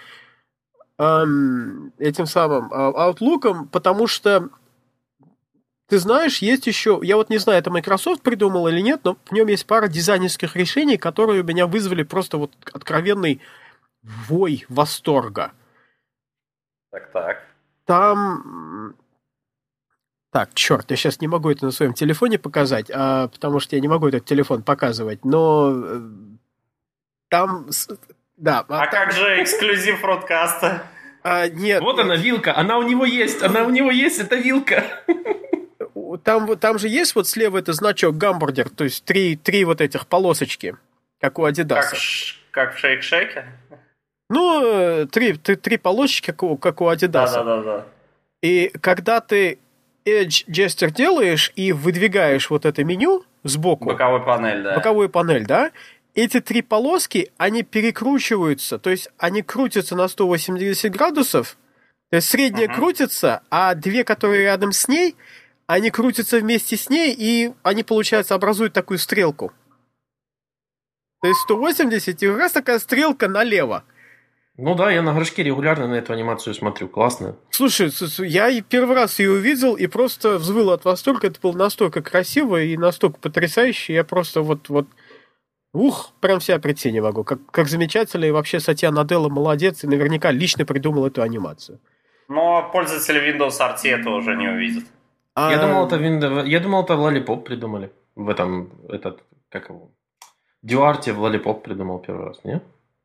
этим самым Outlook'ом, потому что, ты знаешь, есть еще, я вот не знаю, это Microsoft придумал или нет, но в нем есть пара дизайнерских решений, которые у меня вызвали просто вот откровенный вой восторга. Так-так. Там... Так, черт, я сейчас не могу это на своем телефоне показать, а, потому что я не могу этот телефон показывать, но там... Да, а, а там... как же эксклюзив бродкаста? А, нет. Вот нет. она, вилка. Она у него есть. Она у него есть, это вилка. Там, там же есть вот слева это значок гамбургер, то есть три, три вот этих полосочки, как у Адидаса. Как, как в Шейк-Шейке? Ну, три, три, три полосочки, как у, как у Адидаса. Да-да-да. И когда ты Edge Gesture делаешь и выдвигаешь вот это меню сбоку. Боковую панель, да. Боковую панель, да. Эти три полоски, они перекручиваются, то есть они крутятся на сто восемьдесят градусов, то есть средняя uh-huh. крутится, а две, которые рядом с ней, они крутятся вместе с ней, и они, получается, образуют такую стрелку. То есть сто восемьдесят, и как раз такая стрелка налево. Ну да, я на горшке регулярно на эту анимацию смотрю, классно. Слушай, я первый раз ее увидел и просто взвыл от восторга, это было настолько красиво и настолько потрясающе, я просто вот... вот Ух, прям себя прийти не могу. Как, как замечательно, и вообще Сатья Наделла молодец, и наверняка лично придумал эту анимацию. Но пользователи Windows ар ти это уже не увидят. А... Я думал, это Windows... Я думал, это Lollipop придумали. В этом, этот, как его... Duarte в Lollipop придумал первый раз, не?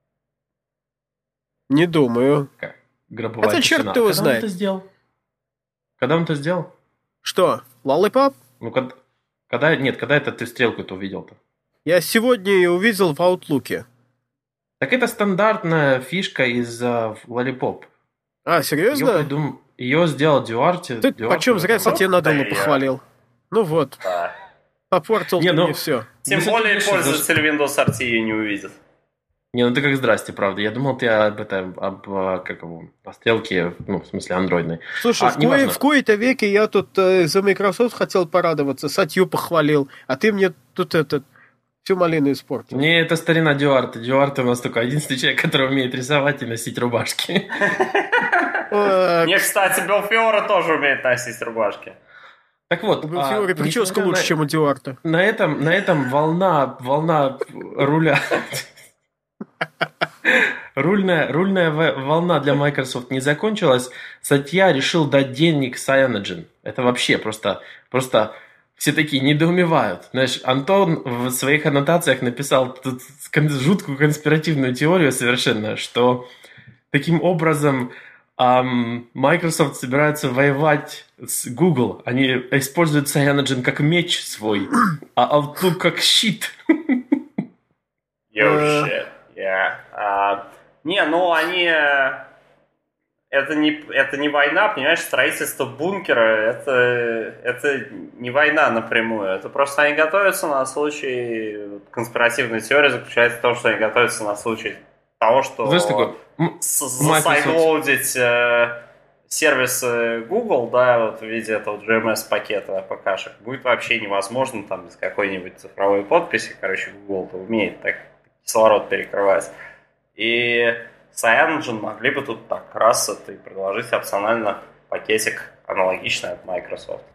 Не думаю. Как? Гробовая это тишина. черт его Когда знает. он это сделал? Когда он это сделал? Что? Lollipop? Ну, когда... когда... Нет, когда это ты стрелку-то увидел-то? Я сегодня ее увидел в Outlook'е. Так это стандартная фишка из uh, Lollipop. А, серьезно? Ее, придум... Ее сделал Duarte. Ты Duarte почем зря Сатья Наделла похвалил? Ну вот. Да. Попортил не, ну, все. Тем более пользователи Windows ар ти ее не увидят. Не, ну ты как здрасте, правда. Я думал, ты об этом, об, как его, о стрелке, ну, в смысле, андроидной. Слушай, а, в, кое, в кои-то веке я тут э, за Microsoft хотел порадоваться, Сатью похвалил, а ты мне тут этот всю малину испортил. Не, это старина Duarte. Duarte у нас только единственный человек, который умеет рисовать и носить рубашки. Не, кстати, Белфиора тоже умеет носить рубашки. Так вот, у Белфиора прическа лучше, чем у Duarte. На этом, на этом волна, волна руля... Рульная, рульная волна для Microsoft не закончилась. Сатья решил дать денег Cyanogen. Это вообще просто, просто все такие недоумевают. Знаешь, Антон в своих аннотациях написал тут жуткую конспиративную теорию совершенно, что таким образом эм, Microsoft собирается воевать с Google. Они используют CyanogenMed как меч свой, а Outlook как щит. Yo, shit. Yeah. Uh, не, ну они... Это не, это не война, понимаешь, строительство бункера, это, это не война напрямую, это просто они готовятся на случай, конспиративная теория заключается в том, что они готовятся на случай того, что засайдлоудить э, сервисы Google, да, вот в виде этого джи эм эс-пакета АПК-шек будет вообще невозможно, там, без какой-нибудь цифровой подписи, короче, Google-то умеет так кислород перекрывать. И Cyanogen могли бы тут так раз это и предложить опционально пакетик аналогичный от Microsoft.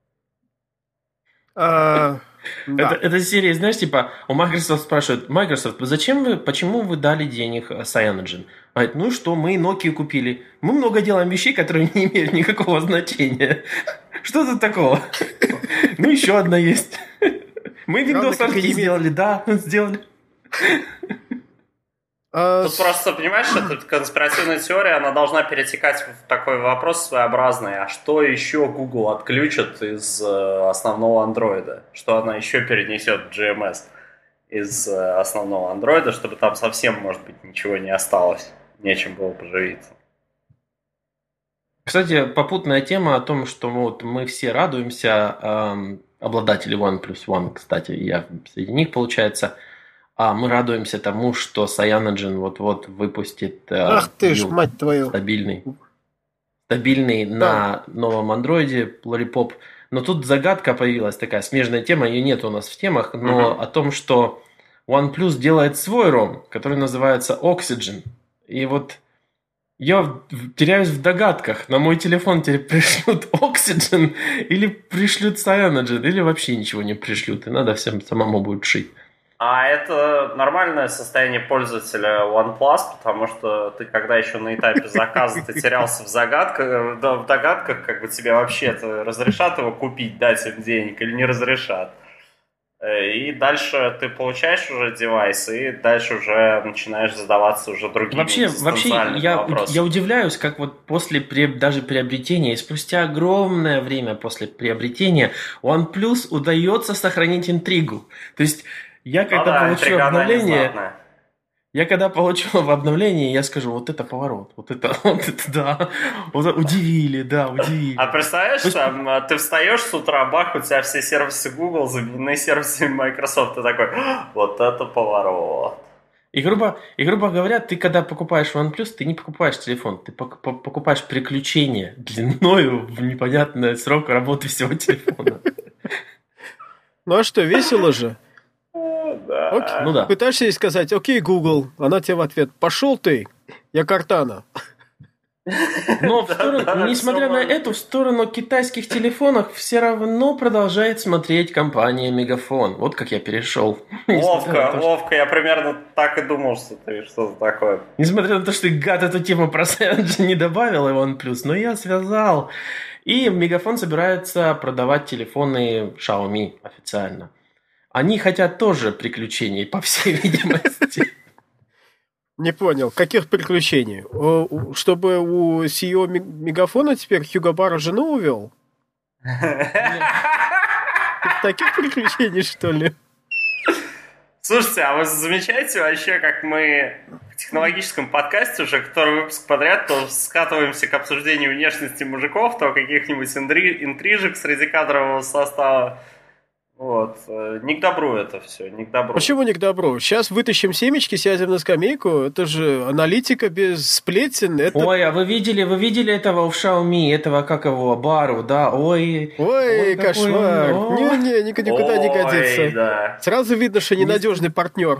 А, это, да. это серия, знаешь, типа, у Microsoft спрашивают: Microsoft, зачем вы, почему вы дали денег Cyanogen? Говорит, ну что, мы Nokia купили. Мы много делаем вещей, которые не имеют никакого значения. Что тут такого? Ну, еще одна есть. Мы Windows ар ти сделали, да, сделали. Тут просто, понимаешь, эта конспиративная теория, она должна перетекать в такой вопрос своеобразный. А что еще Google отключит из основного андроида? Что она еще перенесет в джи эм эс из основного андроида, чтобы там совсем, может быть, ничего не осталось? Нечем было поживиться. Кстати, попутная тема о том, что вот мы все радуемся, эм, обладатели OnePlus One, кстати, я среди них, получается, а мы радуемся тому, что Cyanogen вот-вот выпустит э, Ах ты ж, мать твою. стабильный, стабильный Да. на новом андроиде Lollipop. Но тут загадка появилась, такая смежная тема, ее нет у нас в темах, но Mm-hmm. о том, что OnePlus делает свой ром, который называется Oxygen. И вот я теряюсь в догадках. На мой телефон теперь пришлют Oxygen или пришлют Cyanogen, или вообще ничего не пришлют, и надо всем самому будет шить. А это нормальное состояние пользователя OnePlus, потому что ты, когда еще на этапе заказа, ты терялся в загадках, да, в догадках, как бы тебе вообще это разрешат его купить, дать им денег или не разрешат. И дальше ты получаешь уже девайс, и дальше уже начинаешь задаваться уже другими Вообще, вообще я, вопросами. я удивляюсь, как вот после даже приобретения, и спустя огромное время после приобретения, OnePlus удается сохранить интригу. То есть я когда ну, да, получу обновление, я когда получу в обновлении, я скажу, вот это поворот, вот это, вот это да, вот, удивили, да, удивили. А представляешь, Пусть... там, ты встаешь с утра, бах, у тебя все сервисы Google заменены сервисами Microsoft, ты такой, вот это поворот. И грубо, и грубо говоря, ты когда покупаешь OnePlus, ты не покупаешь телефон, ты покупаешь приключение длиною в непонятный срок работы всего телефона. Ну а что, весело же? Да. Окей. Ну да. Пытаешься ей сказать, окей, Google, она тебе в ответ, пошел ты, я Картана. Но в сторону, Да, да, несмотря на это, в сторону китайских телефонов все равно продолжает смотреть компания Мегафон. Вот как я перешел. Ловко, ловко, я примерно так и думал, что ты что-то такое. Несмотря на то, что гад эту тему про Cyanogen не добавил, OnePlus, но я связал. И Мегафон собирается продавать телефоны Xiaomi официально. Они хотят тоже приключений, по всей видимости. Не понял, каких приключений? Чтобы у си и о Мегафона теперь Хьюго Барра жену увел? Таких приключений, что ли? Слушайте, а вы замечаете вообще, как мы в технологическом подкасте уже который выпуск подряд то скатываемся к обсуждению внешности мужиков, то каких-нибудь интри- интрижек среди кадрового состава. Вот. Не к добру это все, не к добру. Почему не к добру? Сейчас вытащим семечки, сядем на скамейку. Это же аналитика без сплетен. Это... Ой, а вы видели, вы видели этого в Xiaomi, этого, как его, Бару, да? Ой, Ой, ой кошмар. Не-не, никуда не годится. Ой, да. Сразу видно, что ненадежный партнер.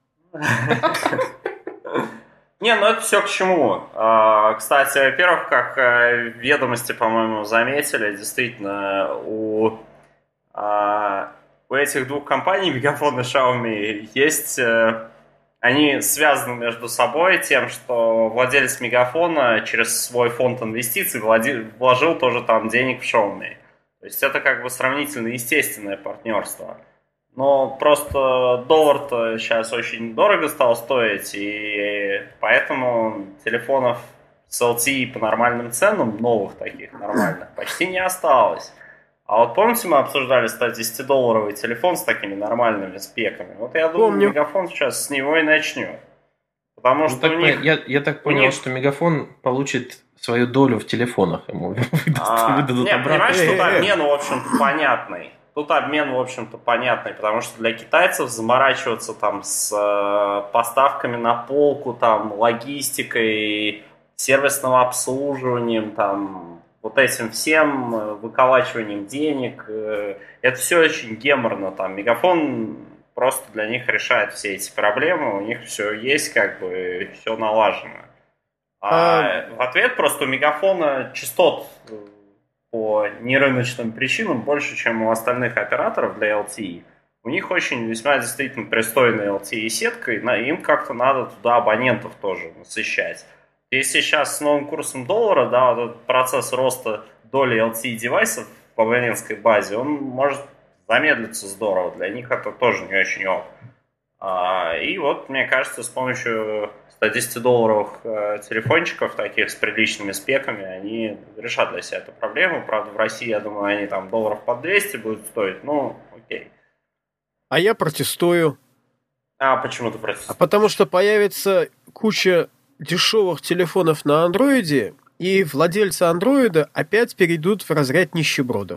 Не, ну это все к чему. Кстати, во-первых, как ведомости, по-моему, заметили, действительно, у... А у этих двух компаний, Мегафон и Xiaomi, есть... Они связаны между собой тем, что владелец Мегафона через свой фонд инвестиций влади, вложил тоже там денег в Xiaomi. То есть это как бы сравнительно естественное партнерство. Но просто доллар-то сейчас очень дорого стал стоить, и поэтому телефонов с эл ти и по нормальным ценам, новых таких нормальных, почти не осталось. А вот помните, мы обсуждали сто десятидолларовый телефон с такими нормальными спеками? Вот я думаю, Помню. Мегафон сейчас с него и начнет. Потому что ну, у них... я, я так понял, них... что Мегафон получит свою долю в телефонах. Ему выдадут, а, выдадут нет, обратно. Понимаешь, тут обмен, в общем-то, понятный. Тут обмен, в общем-то, понятный, потому что для китайцев заморачиваться там с э, поставками на полку, там, логистикой, сервисным обслуживанием, там... вот этим всем, выколачиванием денег, это все очень геморно. Там Мегафон просто для них решает все эти проблемы, у них все есть, как бы, все налажено. А, а... в ответ просто у Мегафона частот по нерыночным причинам больше, чем у остальных операторов для эл ти и. У них очень весьма действительно пристойная эл ти и-сетка, и им как-то надо туда абонентов тоже насыщать. Если сейчас с новым курсом доллара, да, вот этот процесс роста доли эл ти и-девайсов по абонентской базе, он может замедлиться здорово. Для них это тоже не очень ок. А, и вот, мне кажется, с помощью ста десятидолларовых э, телефончиков, таких с приличными спеками, они решат для себя эту проблему. Правда, в России, я думаю, они там долларов по двести будут стоить. Ну, окей. А я протестую. А почему ты протестуешь? А потому что появится куча дешевых телефонов на андроиде, и владельцы андроида опять перейдут в разряд нищебродов.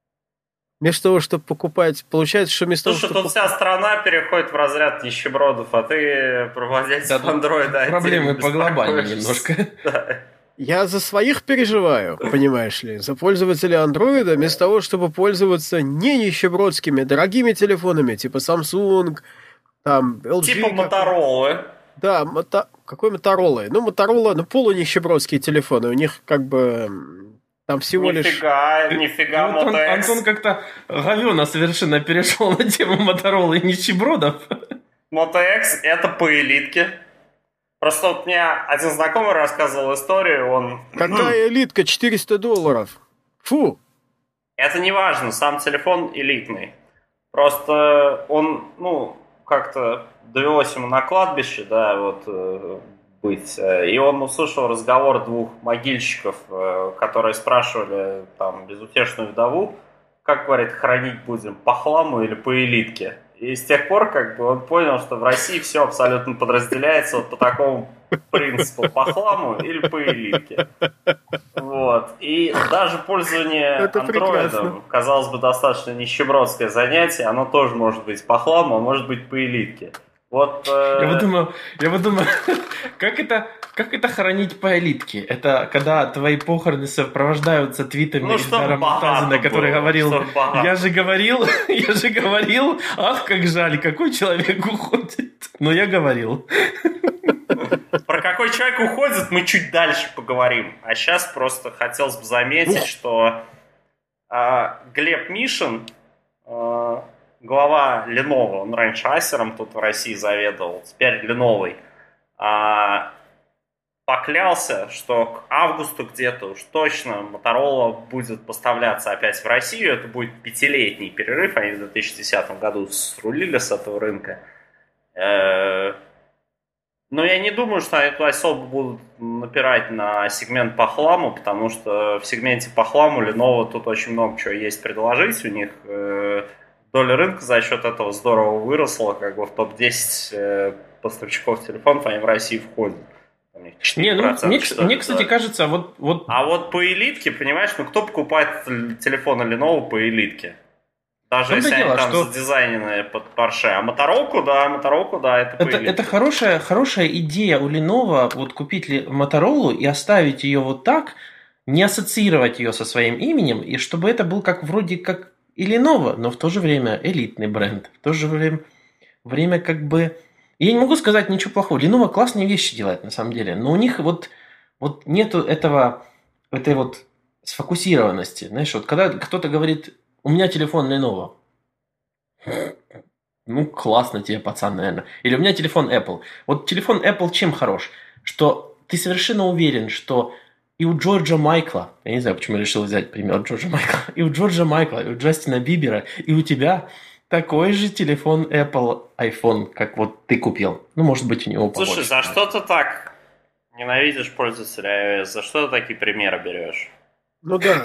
Вместо того, чтобы покупать, получается, что вместо Слушай, того, тут чтобы... вся страна переходит в разряд нищебродов, а ты про владельцев да, андроида... Проблемы поглобальнее немножко. Да. Я за своих переживаю, понимаешь ли, за пользователей андроида, вместо того, чтобы пользоваться не нищебродскими дорогими телефонами, типа Samsung, там, эл джи. Типа Motorola. Да, мото... какой Motorola? Ну, Motorola, ну, полунищебродские телефоны. У них как бы там всего нифига, лишь... Нифига, вот нифига, Антон, Антон как-то говёно совершенно перешел на тему Motorola и нищебродов. Moto X это по элитке. Просто вот мне один знакомый рассказывал историю, он... Какая элитка? четыреста долларов. Фу! Это не важно, сам телефон элитный. Просто он, ну, как-то... довелось ему на кладбище, да, вот, э, быть. И он услышал разговор двух могильщиков, э, которые спрашивали, там, безутешную вдову, как, говорит, хранить будем, по хламу или по элитке. И с тех пор, как бы, он понял, что в России все абсолютно подразделяется вот по такому принципу, по хламу или по элитке. Вот. И даже пользование андроидом, казалось бы, достаточно нищебродское занятие, оно тоже может быть по хламу, а может быть по элитке. Вот, э... Я вот думаю, я вот думаю, как это, как это хоронить по элитке? Это когда твои похороны сопровождаются твитами ну, Ильдара Муртазина, который было, говорил, я же говорил, я же говорил, ах, как жаль, какой человек уходит. Но я говорил. Про какой человек уходит, мы чуть дальше поговорим. А сейчас просто хотелось бы заметить, что э, Глеб Мишин, э, глава Lenovo, он раньше Acer'ом тут в России заведовал, теперь Lenovo, а, поклялся, что к августу где-то уж точно Motorola будет поставляться опять в Россию. Это будет пятилетний перерыв, они в две тысячи десятом году срулили с этого рынка. Но я не думаю, что они особо будут напирать на сегмент по хламу, потому что в сегменте по хламу Lenovo тут очень много чего есть предложить. У них доля рынка за счет этого здорово выросла, как бы в топ десять э, поставщиков телефонов они в России входят. Не, ну, мне, мне, кстати, кажется, вот, вот... А вот по элитке, понимаешь, ну кто покупает телефоны Lenovo по элитке? Даже если они там что... задизайнены под Porsche. А Motorola, да, Motorola, да, это по это, элитке. Это хорошая, хорошая идея у Lenovo, вот купить Motorola и оставить ее вот так, не ассоциировать ее со своим именем, и чтобы это был как вроде как и Lenovo, но в то же время элитный бренд. В то же время, время как бы... Я не могу сказать ничего плохого. Lenovo классные вещи делает, на самом деле. Но у них вот, вот нету этого, этой вот сфокусированности. Знаешь, вот когда кто-то говорит, у меня телефон Lenovo. Ну, классно тебе, пацан, наверное. Или у меня телефон Apple. Вот телефон Apple чем хорош? Что ты совершенно уверен, что и у Джорджа Майкла, я не знаю, почему я решил взять пример Джорджа Майкла, и у Джорджа Майкла, и у Джастина Бибера, и у тебя такой же телефон Apple iPhone, как вот ты купил. Ну, может быть, у него побольше. Слушай, за что ты так ненавидишь пользователя iOS? За что ты такие примеры берешь? Ну да.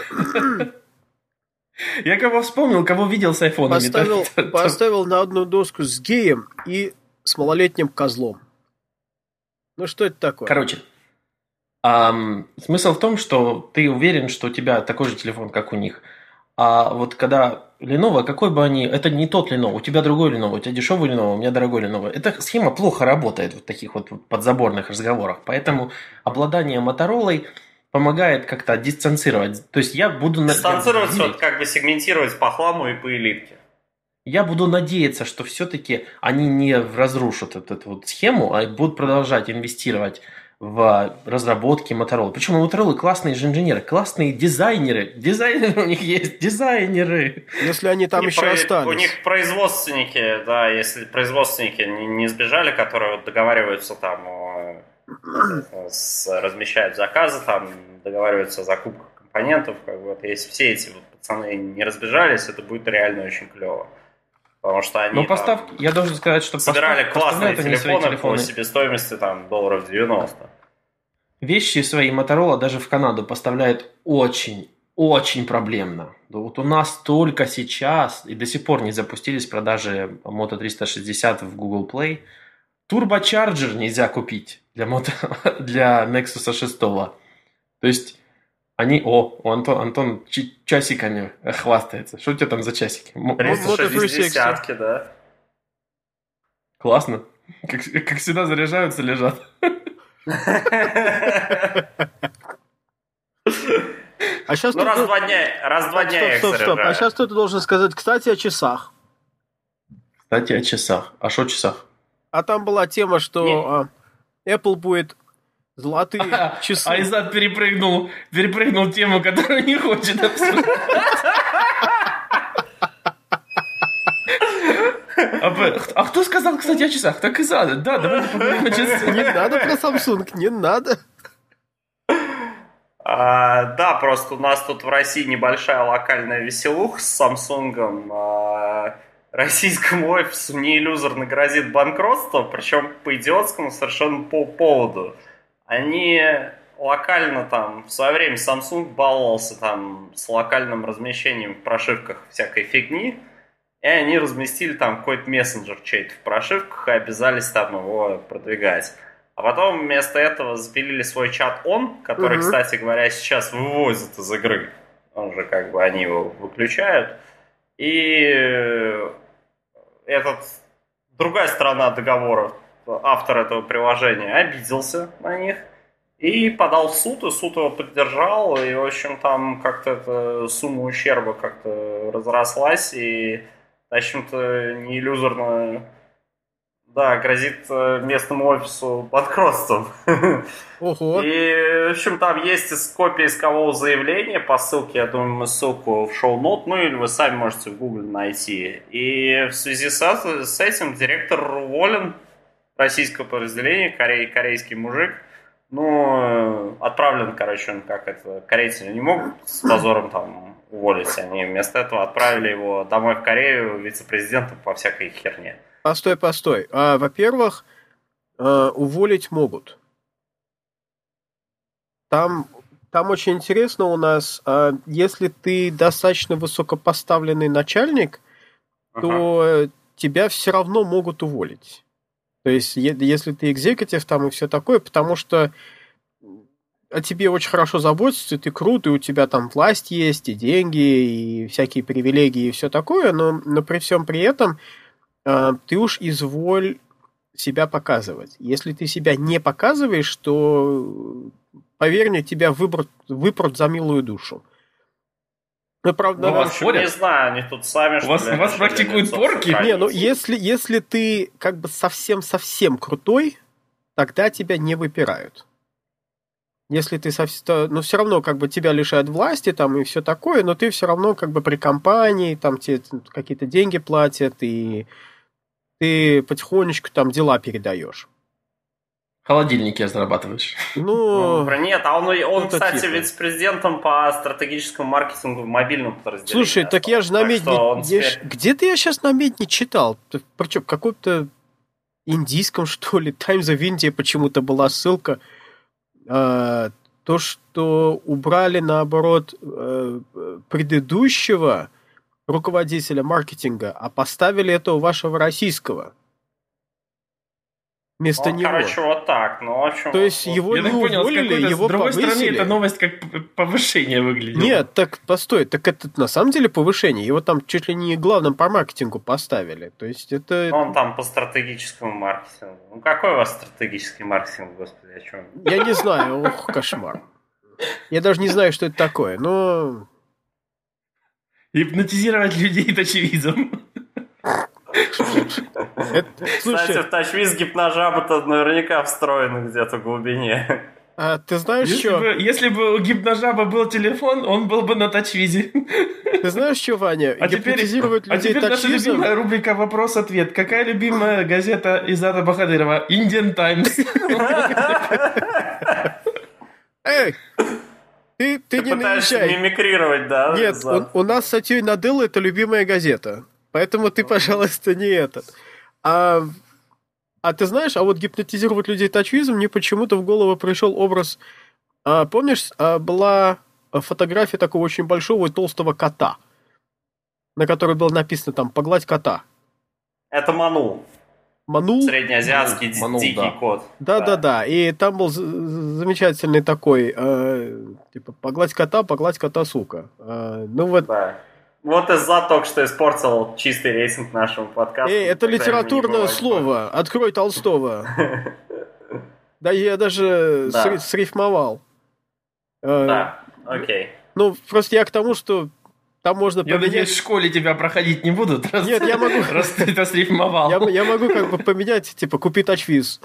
Я кого вспомнил, кого видел с айфонами. Поставил, поставил на одну доску с геем и с малолетним козлом. Ну что это такое? Короче, эм, смысл в том, что ты уверен, что у тебя такой же телефон, как у них. А вот когда Lenovo, какой бы они... Это не тот Lenovo, у тебя другой Lenovo, у тебя дешевый Lenovo, у меня дорогой Lenovo. Эта схема плохо работает в таких вот подзаборных разговорах. Поэтому обладание Motorola помогает как-то дистанцировать. То есть я буду... Дистанцировать, вот как бы сегментировать по хламу и по элитке. Я буду надеяться, что все-таки они не разрушат эту, эту вот схему, а будут продолжать инвестировать в разработки Motorola. Причем у Motorola классные же инженеры, классные дизайнеры. Дизайнеры у них есть, дизайнеры. Если они там и еще про... остались. У них производственники, да, если производственники не, не сбежали, которые вот договариваются там, с, размещают заказы, там, договариваются о закупках компонентов, как бы, вот, если все эти вот пацаны не разбежались, это будет реально очень клево. Потому что они Но поставки, там, я должен сказать, что собирали постав, классные телефоны, телефоны по себестоимости там, долларов девяносто. Вещи свои Motorola даже в Канаду поставляет очень, очень проблемно. Вот у нас только сейчас и до сих пор не запустились продажи Moto триста шестьдесят в Google Play. Турбочарджер нельзя купить для, Moto, для Nexus шесть. То есть они... О, у Антон, Антон ч- часиками хвастается. Что у тебя там за часики? триста шестьдесят, да. Классно. Как, как всегда заряжаются, лежат. А сейчас ну, раз-два дня, раз-два дня стоп, стоп, стоп. А сейчас ты должен сказать, кстати, о часах. Кстати, о часах. А что о часах? А там была тема, что а, Apple будет золотые а, часы. Айзат перепрыгнул, перепрыгнул тему, которую не хочет обсуждать. А, а кто сказал, кстати, о часах? Так и надо. Да, давайте поговорим о часах. Не надо про Samsung, не надо. А, да, просто у нас тут в России небольшая локальная веселуха с Samsung. А, российскому офису неиллюзорно грозит банкротство, причем по идиотскому совершенно по поводу. Они локально там, в свое время Samsung баловался там с локальным размещением в прошивках всякой фигни, и они разместили там какой-то мессенджер чей-то в прошивках и обязались там его продвигать. А потом вместо этого запилили свой чат он, который, угу. кстати говоря, сейчас вывозят из игры. Он же как бы они его выключают. И этот другая сторона договора, автор этого приложения, обиделся на них и подал в суд, и суд его поддержал, и, в общем, там как-то эта сумма ущерба как-то разрослась, и, в общем-то, неиллюзорно, да, грозит местному офису банкротством. Ого. И, в общем, там есть копия искового заявления по ссылке, я думаю, мы ссылку в шоу-нот, ну или вы сами можете в Google найти. И в связи с, с этим директор уволен, российского подразделения, корей, корейский мужик, ну, отправлен, короче, он как это, корейцы не могут с позором там уволить, они вместо этого отправили его домой в Корею вице-президентом по всякой херне. Постой, постой. А, во-первых, а, уволить могут. Там, там очень интересно у нас, а, если ты достаточно высокопоставленный начальник, uh-huh. то тебя все равно могут уволить. То есть, если ты экзекутив там и все такое, потому что о тебе очень хорошо заботятся, ты крут, и у тебя там власть есть, и деньги, и всякие привилегии, и все такое, но, но при всем при этом э, ты уж изволь себя показывать. Если ты себя не показываешь, то, поверь мне, тебя выбрут, выпрут за милую душу. Ну, правда, ну, в общем, не знаю, они тут сами... У вас, у вас практикуют порки? Не, ну если, если ты как бы совсем-совсем крутой, тогда тебя не выпирают. Если ты совсем... Ну, все равно как бы тебя лишают власти там и все такое, но ты все равно как бы при компании, там тебе какие-то деньги платят, и ты потихонечку там дела передаешь. Холодильники разрабатываешь. Ну, ну нет, а он, он кстати, типа. вице-президентом по стратегическому маркетингу в мобильном подразделении. Слушай, так я же на медне... Теперь... Где-то я сейчас на медне читал. Причем в каком-то индийском, что ли, Times of India почему-то была ссылка. А, то, что убрали, наоборот, предыдущего руководителя маркетинга, а поставили этого вашего российского. Вместо ну, него. Короче, вот так. Ну, в общем, То есть вот, его я не понял, уволили, его с другой повысили. стороны, эта новость как повышение выглядит. Нет, так постой, так это на самом деле повышение. Его там чуть ли не главным по маркетингу поставили. То есть это... Он там по стратегическому маркетингу. Ну, какой у вас стратегический маркетинг, господи, о чем? Я не знаю, ох, кошмар. Я даже не знаю, что это такое, но... Гипнотизировать людей тачвизом. Это, слушай, кстати, в тачвиз гипножаба-то наверняка встроена где-то в глубине. А ты знаешь, если что... Бы, если бы у гипножаба был телефон, он был бы на тачвизе. Ты знаешь, что, Ваня? А гипнотизировать теперь, людей а теперь тачвизом... наша любимая рубрика «Вопрос-ответ». Какая любимая газета Изата Бахадырова? Indian Times. Эй! Ты, ты, ты не пытаешься наезжай. мимикрировать, да? Нет, у, у нас статьей Наделла это любимая газета. Поэтому ты, пожалуйста, не этот. А, а ты знаешь, а вот гипнотизировать людей тачвизом, мне почему-то в голову пришел образ... А, помнишь, а, была фотография такого очень большого и толстого кота, на которой было написано там «Погладь кота». Это Манул. Манул? Среднеазиатский Манул, дикий да. кот. Да-да-да, и там был замечательный такой, э, типа, «Погладь кота, погладь кота, сука». Э, ну вот... Да. Вот из-за только что испортил чистый рейтинг нашему подкасту. Эй, это литературное слово. Открой Толстого. Да, я даже да. срифмовал. Да, окей. Ну, просто я к тому, что там можно я поменять... надеюсь, в школе тебя проходить не будут, раз, Нет, я могу... раз ты это срифмовал. Я, я могу как бы поменять, типа, купи тачвиз.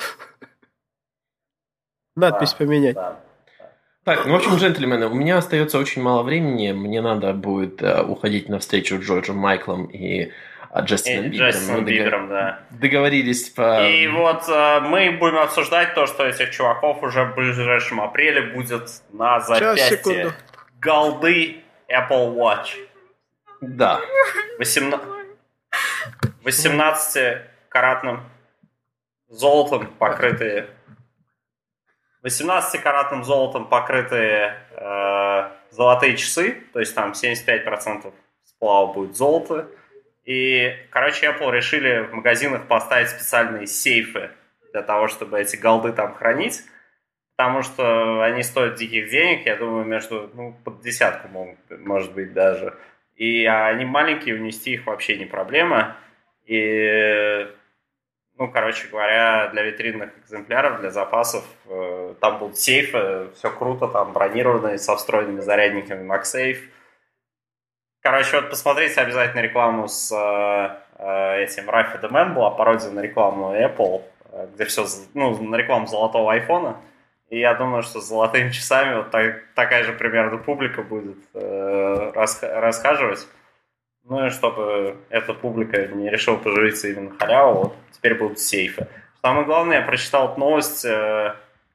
Надпись да, поменять. Да. Так, ну, в общем, джентльмены, у меня остается очень мало времени. Мне надо будет uh, уходить на встречу с Джорджем Майклом и uh, Джастином и Бибером. Джастином Мы Бибером, догов... да. договорились по... И вот uh, мы будем обсуждать то, что этих чуваков уже в ближайшем апреле будет на запястье голды Apple Watch. Да. восемнадцатикаратным золотом покрытые... восемнадцатикаратным золотом покрытые э, золотые часы, то есть там семьдесят пять процентов сплава будет золото. И, короче, Apple решили в магазинах поставить специальные сейфы для того, чтобы эти голды там хранить, потому что они стоят диких денег, я думаю, между, ну, под десятку могут, может быть, даже. И они маленькие, унести их вообще не проблема. И... Ну, короче говоря, для витринных экземпляров, для запасов, э, там будут сейфы, все круто, там бронированные, со встроенными зарядниками MagSafe. Короче, вот посмотрите обязательно рекламу с э, этим Рафи Демен, была пародия на рекламу Apple, где все, ну, на рекламу золотого айфона. И я думаю, что с золотыми часами вот так, такая же примерно публика будет э, рас, расхаживать. Ну и чтобы эта публика не решила поживиться именно халяву, вот теперь будут сейфы. Самое главное, я прочитал эту новость э,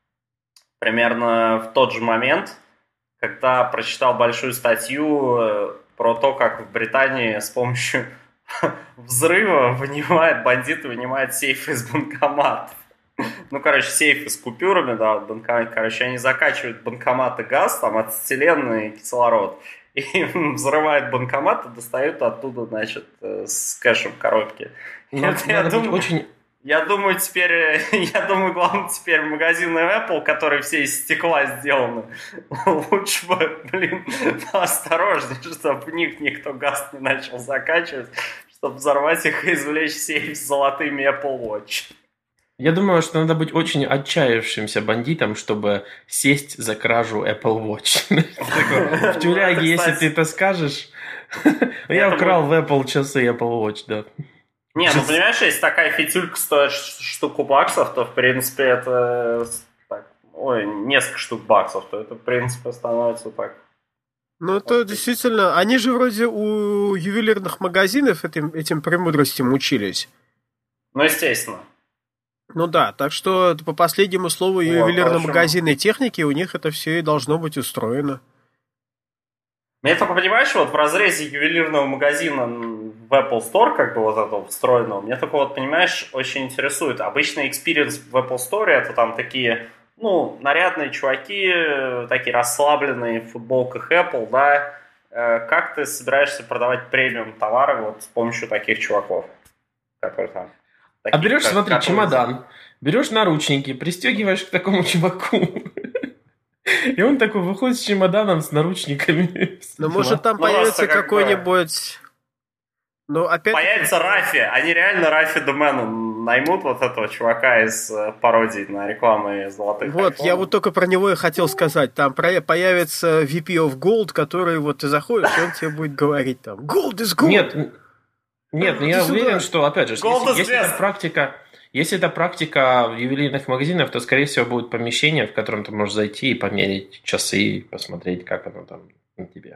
примерно в тот же момент, когда прочитал большую статью э, про то, как в Британии с помощью взрыва вынимает, бандиты вынимают сейфы из банкоматов. Ну, короче, сейфы с купюрами, да, банкомат, короче, они закачивают в банкоматы газ, там, ацетилен и кислород. И взрывают банкомат и достают оттуда, значит, с кэшем коробки. Надо, я, надо думаю, очень... я думаю, теперь, я думаю, главное, теперь магазины Apple, которые все из стекла сделаны, лучше бы, блин, осторожнее, чтобы в них никто газ не начал закачивать, чтобы взорвать их и извлечь сейф с золотыми Apple Watch. Я думаю, что надо быть очень отчаявшимся бандитом, чтобы сесть за кражу Apple Watch. В тюряге, если ты это скажешь... Я украл в Apple часы Apple Watch, да. Не, ну понимаешь, если такая фитюлька стоит штуку баксов, то в принципе это... Ой, несколько штук баксов, то это в принципе становится так... Ну, это действительно... Они же вроде у ювелирных магазинов этим, этим премудростям учились. Ну, естественно. Ну да, так что по последнему слову ювелирно-магазинной техники у них это все и должно быть устроено. Мне только, понимаешь, вот в разрезе ювелирного магазина в Apple Store, как бы вот этого встроенного, мне только вот, понимаешь, очень интересует. Обычный experience в Apple Store это там такие, ну, нарядные чуваки, такие расслабленные в футболках Apple, да. Как ты собираешься продавать премиум товары вот с помощью таких чуваков, которые там... Таких, а берешь, как, смотри, чемодан, берешь наручники, пристегиваешь к такому чуваку, и он такой выходит с чемоданом, с наручниками. Ну, может, там ну, появится какой-нибудь... Ну, опять... Появится Рафи, они реально Рафи Домена наймут вот этого чувака из пародий на рекламы золотых Вот, айфонов. Я вот только про него и хотел сказать. Там появится ви пи of Gold, который вот ты заходишь, и он тебе будет говорить там Gold is gold! Нет, нет, но я уверен, что, опять же, если, если это практика... Если это практика ювелирных магазинов, то, скорее всего, будет помещение, в котором ты можешь зайти и померить часы, посмотреть, как оно там на тебе.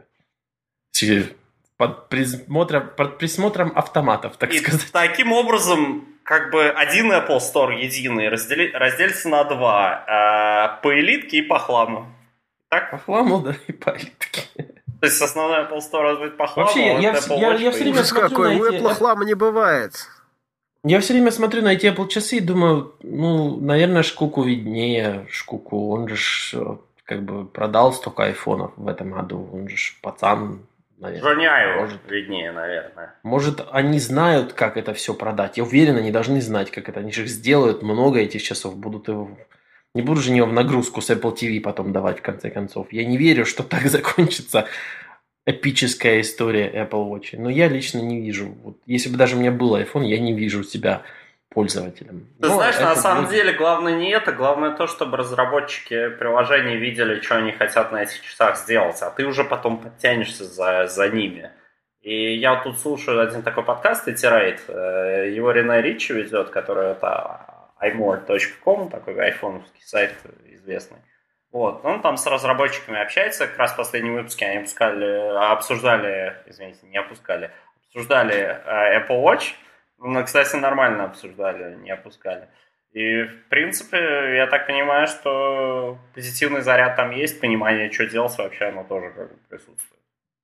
Под присмотром, под присмотром автоматов, так и сказать. Таким образом, как бы один Apple Store единый раздели, разделится на два. Э, по элитке и по хламу. Так? По хламу, да, и по элитке. То есть основной Apple Store будет по хламу, вообще, а я, вот я, я, я все время смотрю какой, на у Apple эти... хлама не бывает. Я все время смотрю на эти Apple часы и думаю, ну, наверное, Шкуку виднее. Шкуку, он же как бы продал столько айфонов в этом году. Он же пацан, наверное. Жоняю может, виднее, наверное. Может, они знают, как это все продать. Я уверен, они должны знать, как это. Они же сделают много этих часов. Будут его... Не буду же его в нагрузку с Apple ти ви потом давать, в конце концов. Я не верю, что так закончится эпическая история Apple Watch. Но я лично не вижу. Вот, если бы даже у меня был iPhone, я не вижу себя пользователем. Ты Но знаешь, на самом будет... деле главное не это. Главное то, чтобы разработчики приложений видели, что они хотят на этих часах сделать. А ты уже потом подтянешься за, за ними. И я вот тут слушаю один такой подкаст, Iterate. Его Рене Ричи ведет, который это ай мор точка ком, такой айфоновский сайт известный. Вот, он там с разработчиками общается, как раз в последнем выпуске они опускали, обсуждали, извините, не опускали, обсуждали э, Apple Watch, ну, кстати, нормально обсуждали, не опускали. И, в принципе, я так понимаю, что позитивный заряд там есть, понимание, что делать вообще, оно тоже как бы присутствует.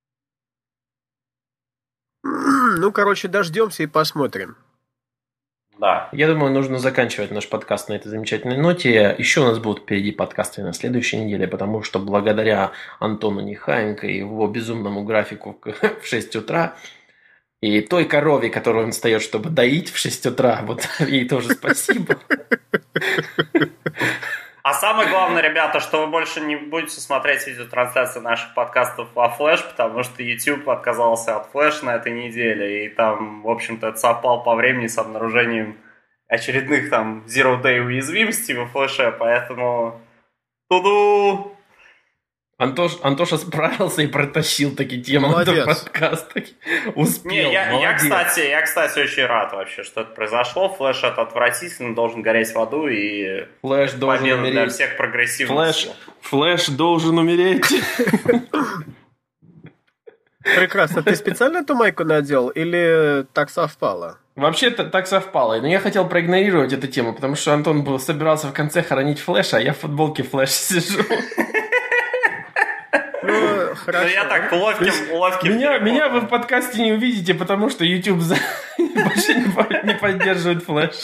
Ну, короче, дождемся и посмотрим. Да. Я думаю, нужно заканчивать наш подкаст на этой замечательной ноте. Еще у нас будут впереди подкасты на следующей неделе, потому что благодаря Антону Нехаенко и его безумному графику в шесть утра и той корове, которую он встает, чтобы доить в шесть утра, вот ей тоже спасибо. А самое главное, ребята, что вы больше не будете смотреть видеотрансляции наших подкастов во флеш, потому что YouTube отказался от флеш на этой неделе, и там, в общем-то, это совпало по времени с обнаружением очередных там zero-day уязвимостей во флеше, поэтому туду! Антош, Антоша справился и протащил такие темы на этот подкаст. Успел, Не, я, я, кстати, я, кстати, очень рад вообще, что это произошло. Флэш это отвратительно, должен гореть в аду, и Флэш должен умереть. Для всех прогрессивных. Флэш, Флэш должен умереть. Прекрасно. Ты специально эту майку надел или так совпало? Вообще-то так совпало. Но я хотел проигнорировать эту тему, потому что Антон был, собирался в конце хоронить Флэша, а я в футболке Флэш сижу. Ну, хорошо. Но я так ловким, ловким меня, меня вы в подкасте не увидите, потому что YouTube за... больше не, не поддерживает флеш.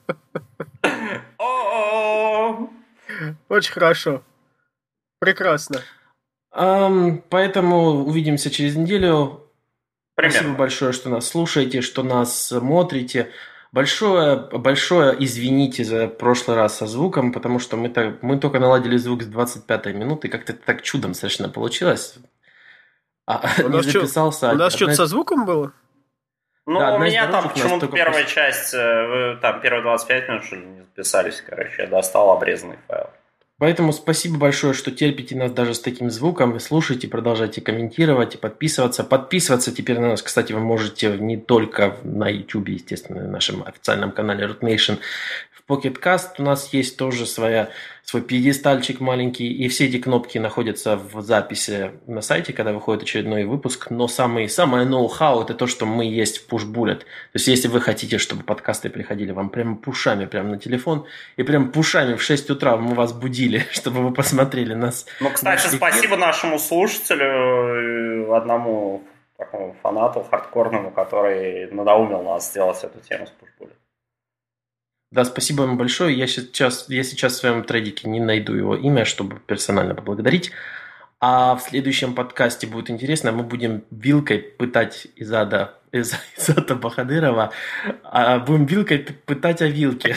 Очень хорошо. Прекрасно. Um, поэтому увидимся через неделю. Примерно. Спасибо большое, что нас слушаете, что нас смотрите. Большое, большое извините за прошлый раз со звуком, потому что мы, так, мы только наладили звук с двадцать пятой минуты, как-то так чудом совершенно получилось. А, у нас, что, у нас что-то со звуком было? Ну, да, у меня там почему-то первая просто... часть, там первые двадцать пять минут, что ли, не записались, короче, я достал обрезанный файл. Поэтому спасибо большое, что терпите нас даже с таким звуком. Вы слушаете, продолжайте комментировать и подписываться. Подписываться теперь на нас, кстати, вы можете не только на YouTube, естественно, на нашем официальном канале Root Nation, в Pocket Cast у нас есть тоже своя, свой пьедестальчик маленький, и все эти кнопки находятся в записи на сайте, когда выходит очередной выпуск. Но самый, самое ноу-хау – это то, что мы есть в Push Bullet. То есть, если вы хотите, чтобы подкасты приходили вам прямо пушами прямо на телефон, и прям пушами в шесть утра мы вас будили, чтобы вы посмотрели нас. Ну, кстати, спасибо нашему слушателю, одному такому фанату хардкорному, который надоумил нас сделать эту тему с Push Bullet. Да, спасибо вам большое. Я сейчас, я сейчас в своем трейдике не найду его имя, чтобы персонально поблагодарить. А в следующем подкасте будет интересно. Мы будем вилкой пытать Изада, Из, Изада Бахадырова. А будем вилкой пытать о вилке.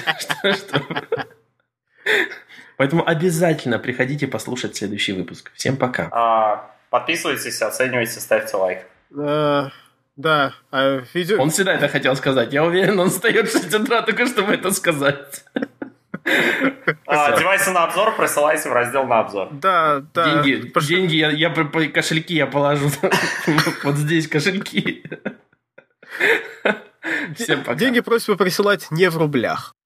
Поэтому обязательно приходите послушать следующий выпуск. Всем пока. Подписывайтесь, оценивайте, ставьте лайк. Да, а видео... Он всегда это хотел сказать. Я уверен, он встает в шесть утра только чтобы это сказать. А, девайсы на обзор присылайте в раздел на обзор. Да, да. Деньги, Пош... деньги я, я, кошельки я положу. Вот здесь кошельки. Всем пока. Деньги просьба присылать не в рублях.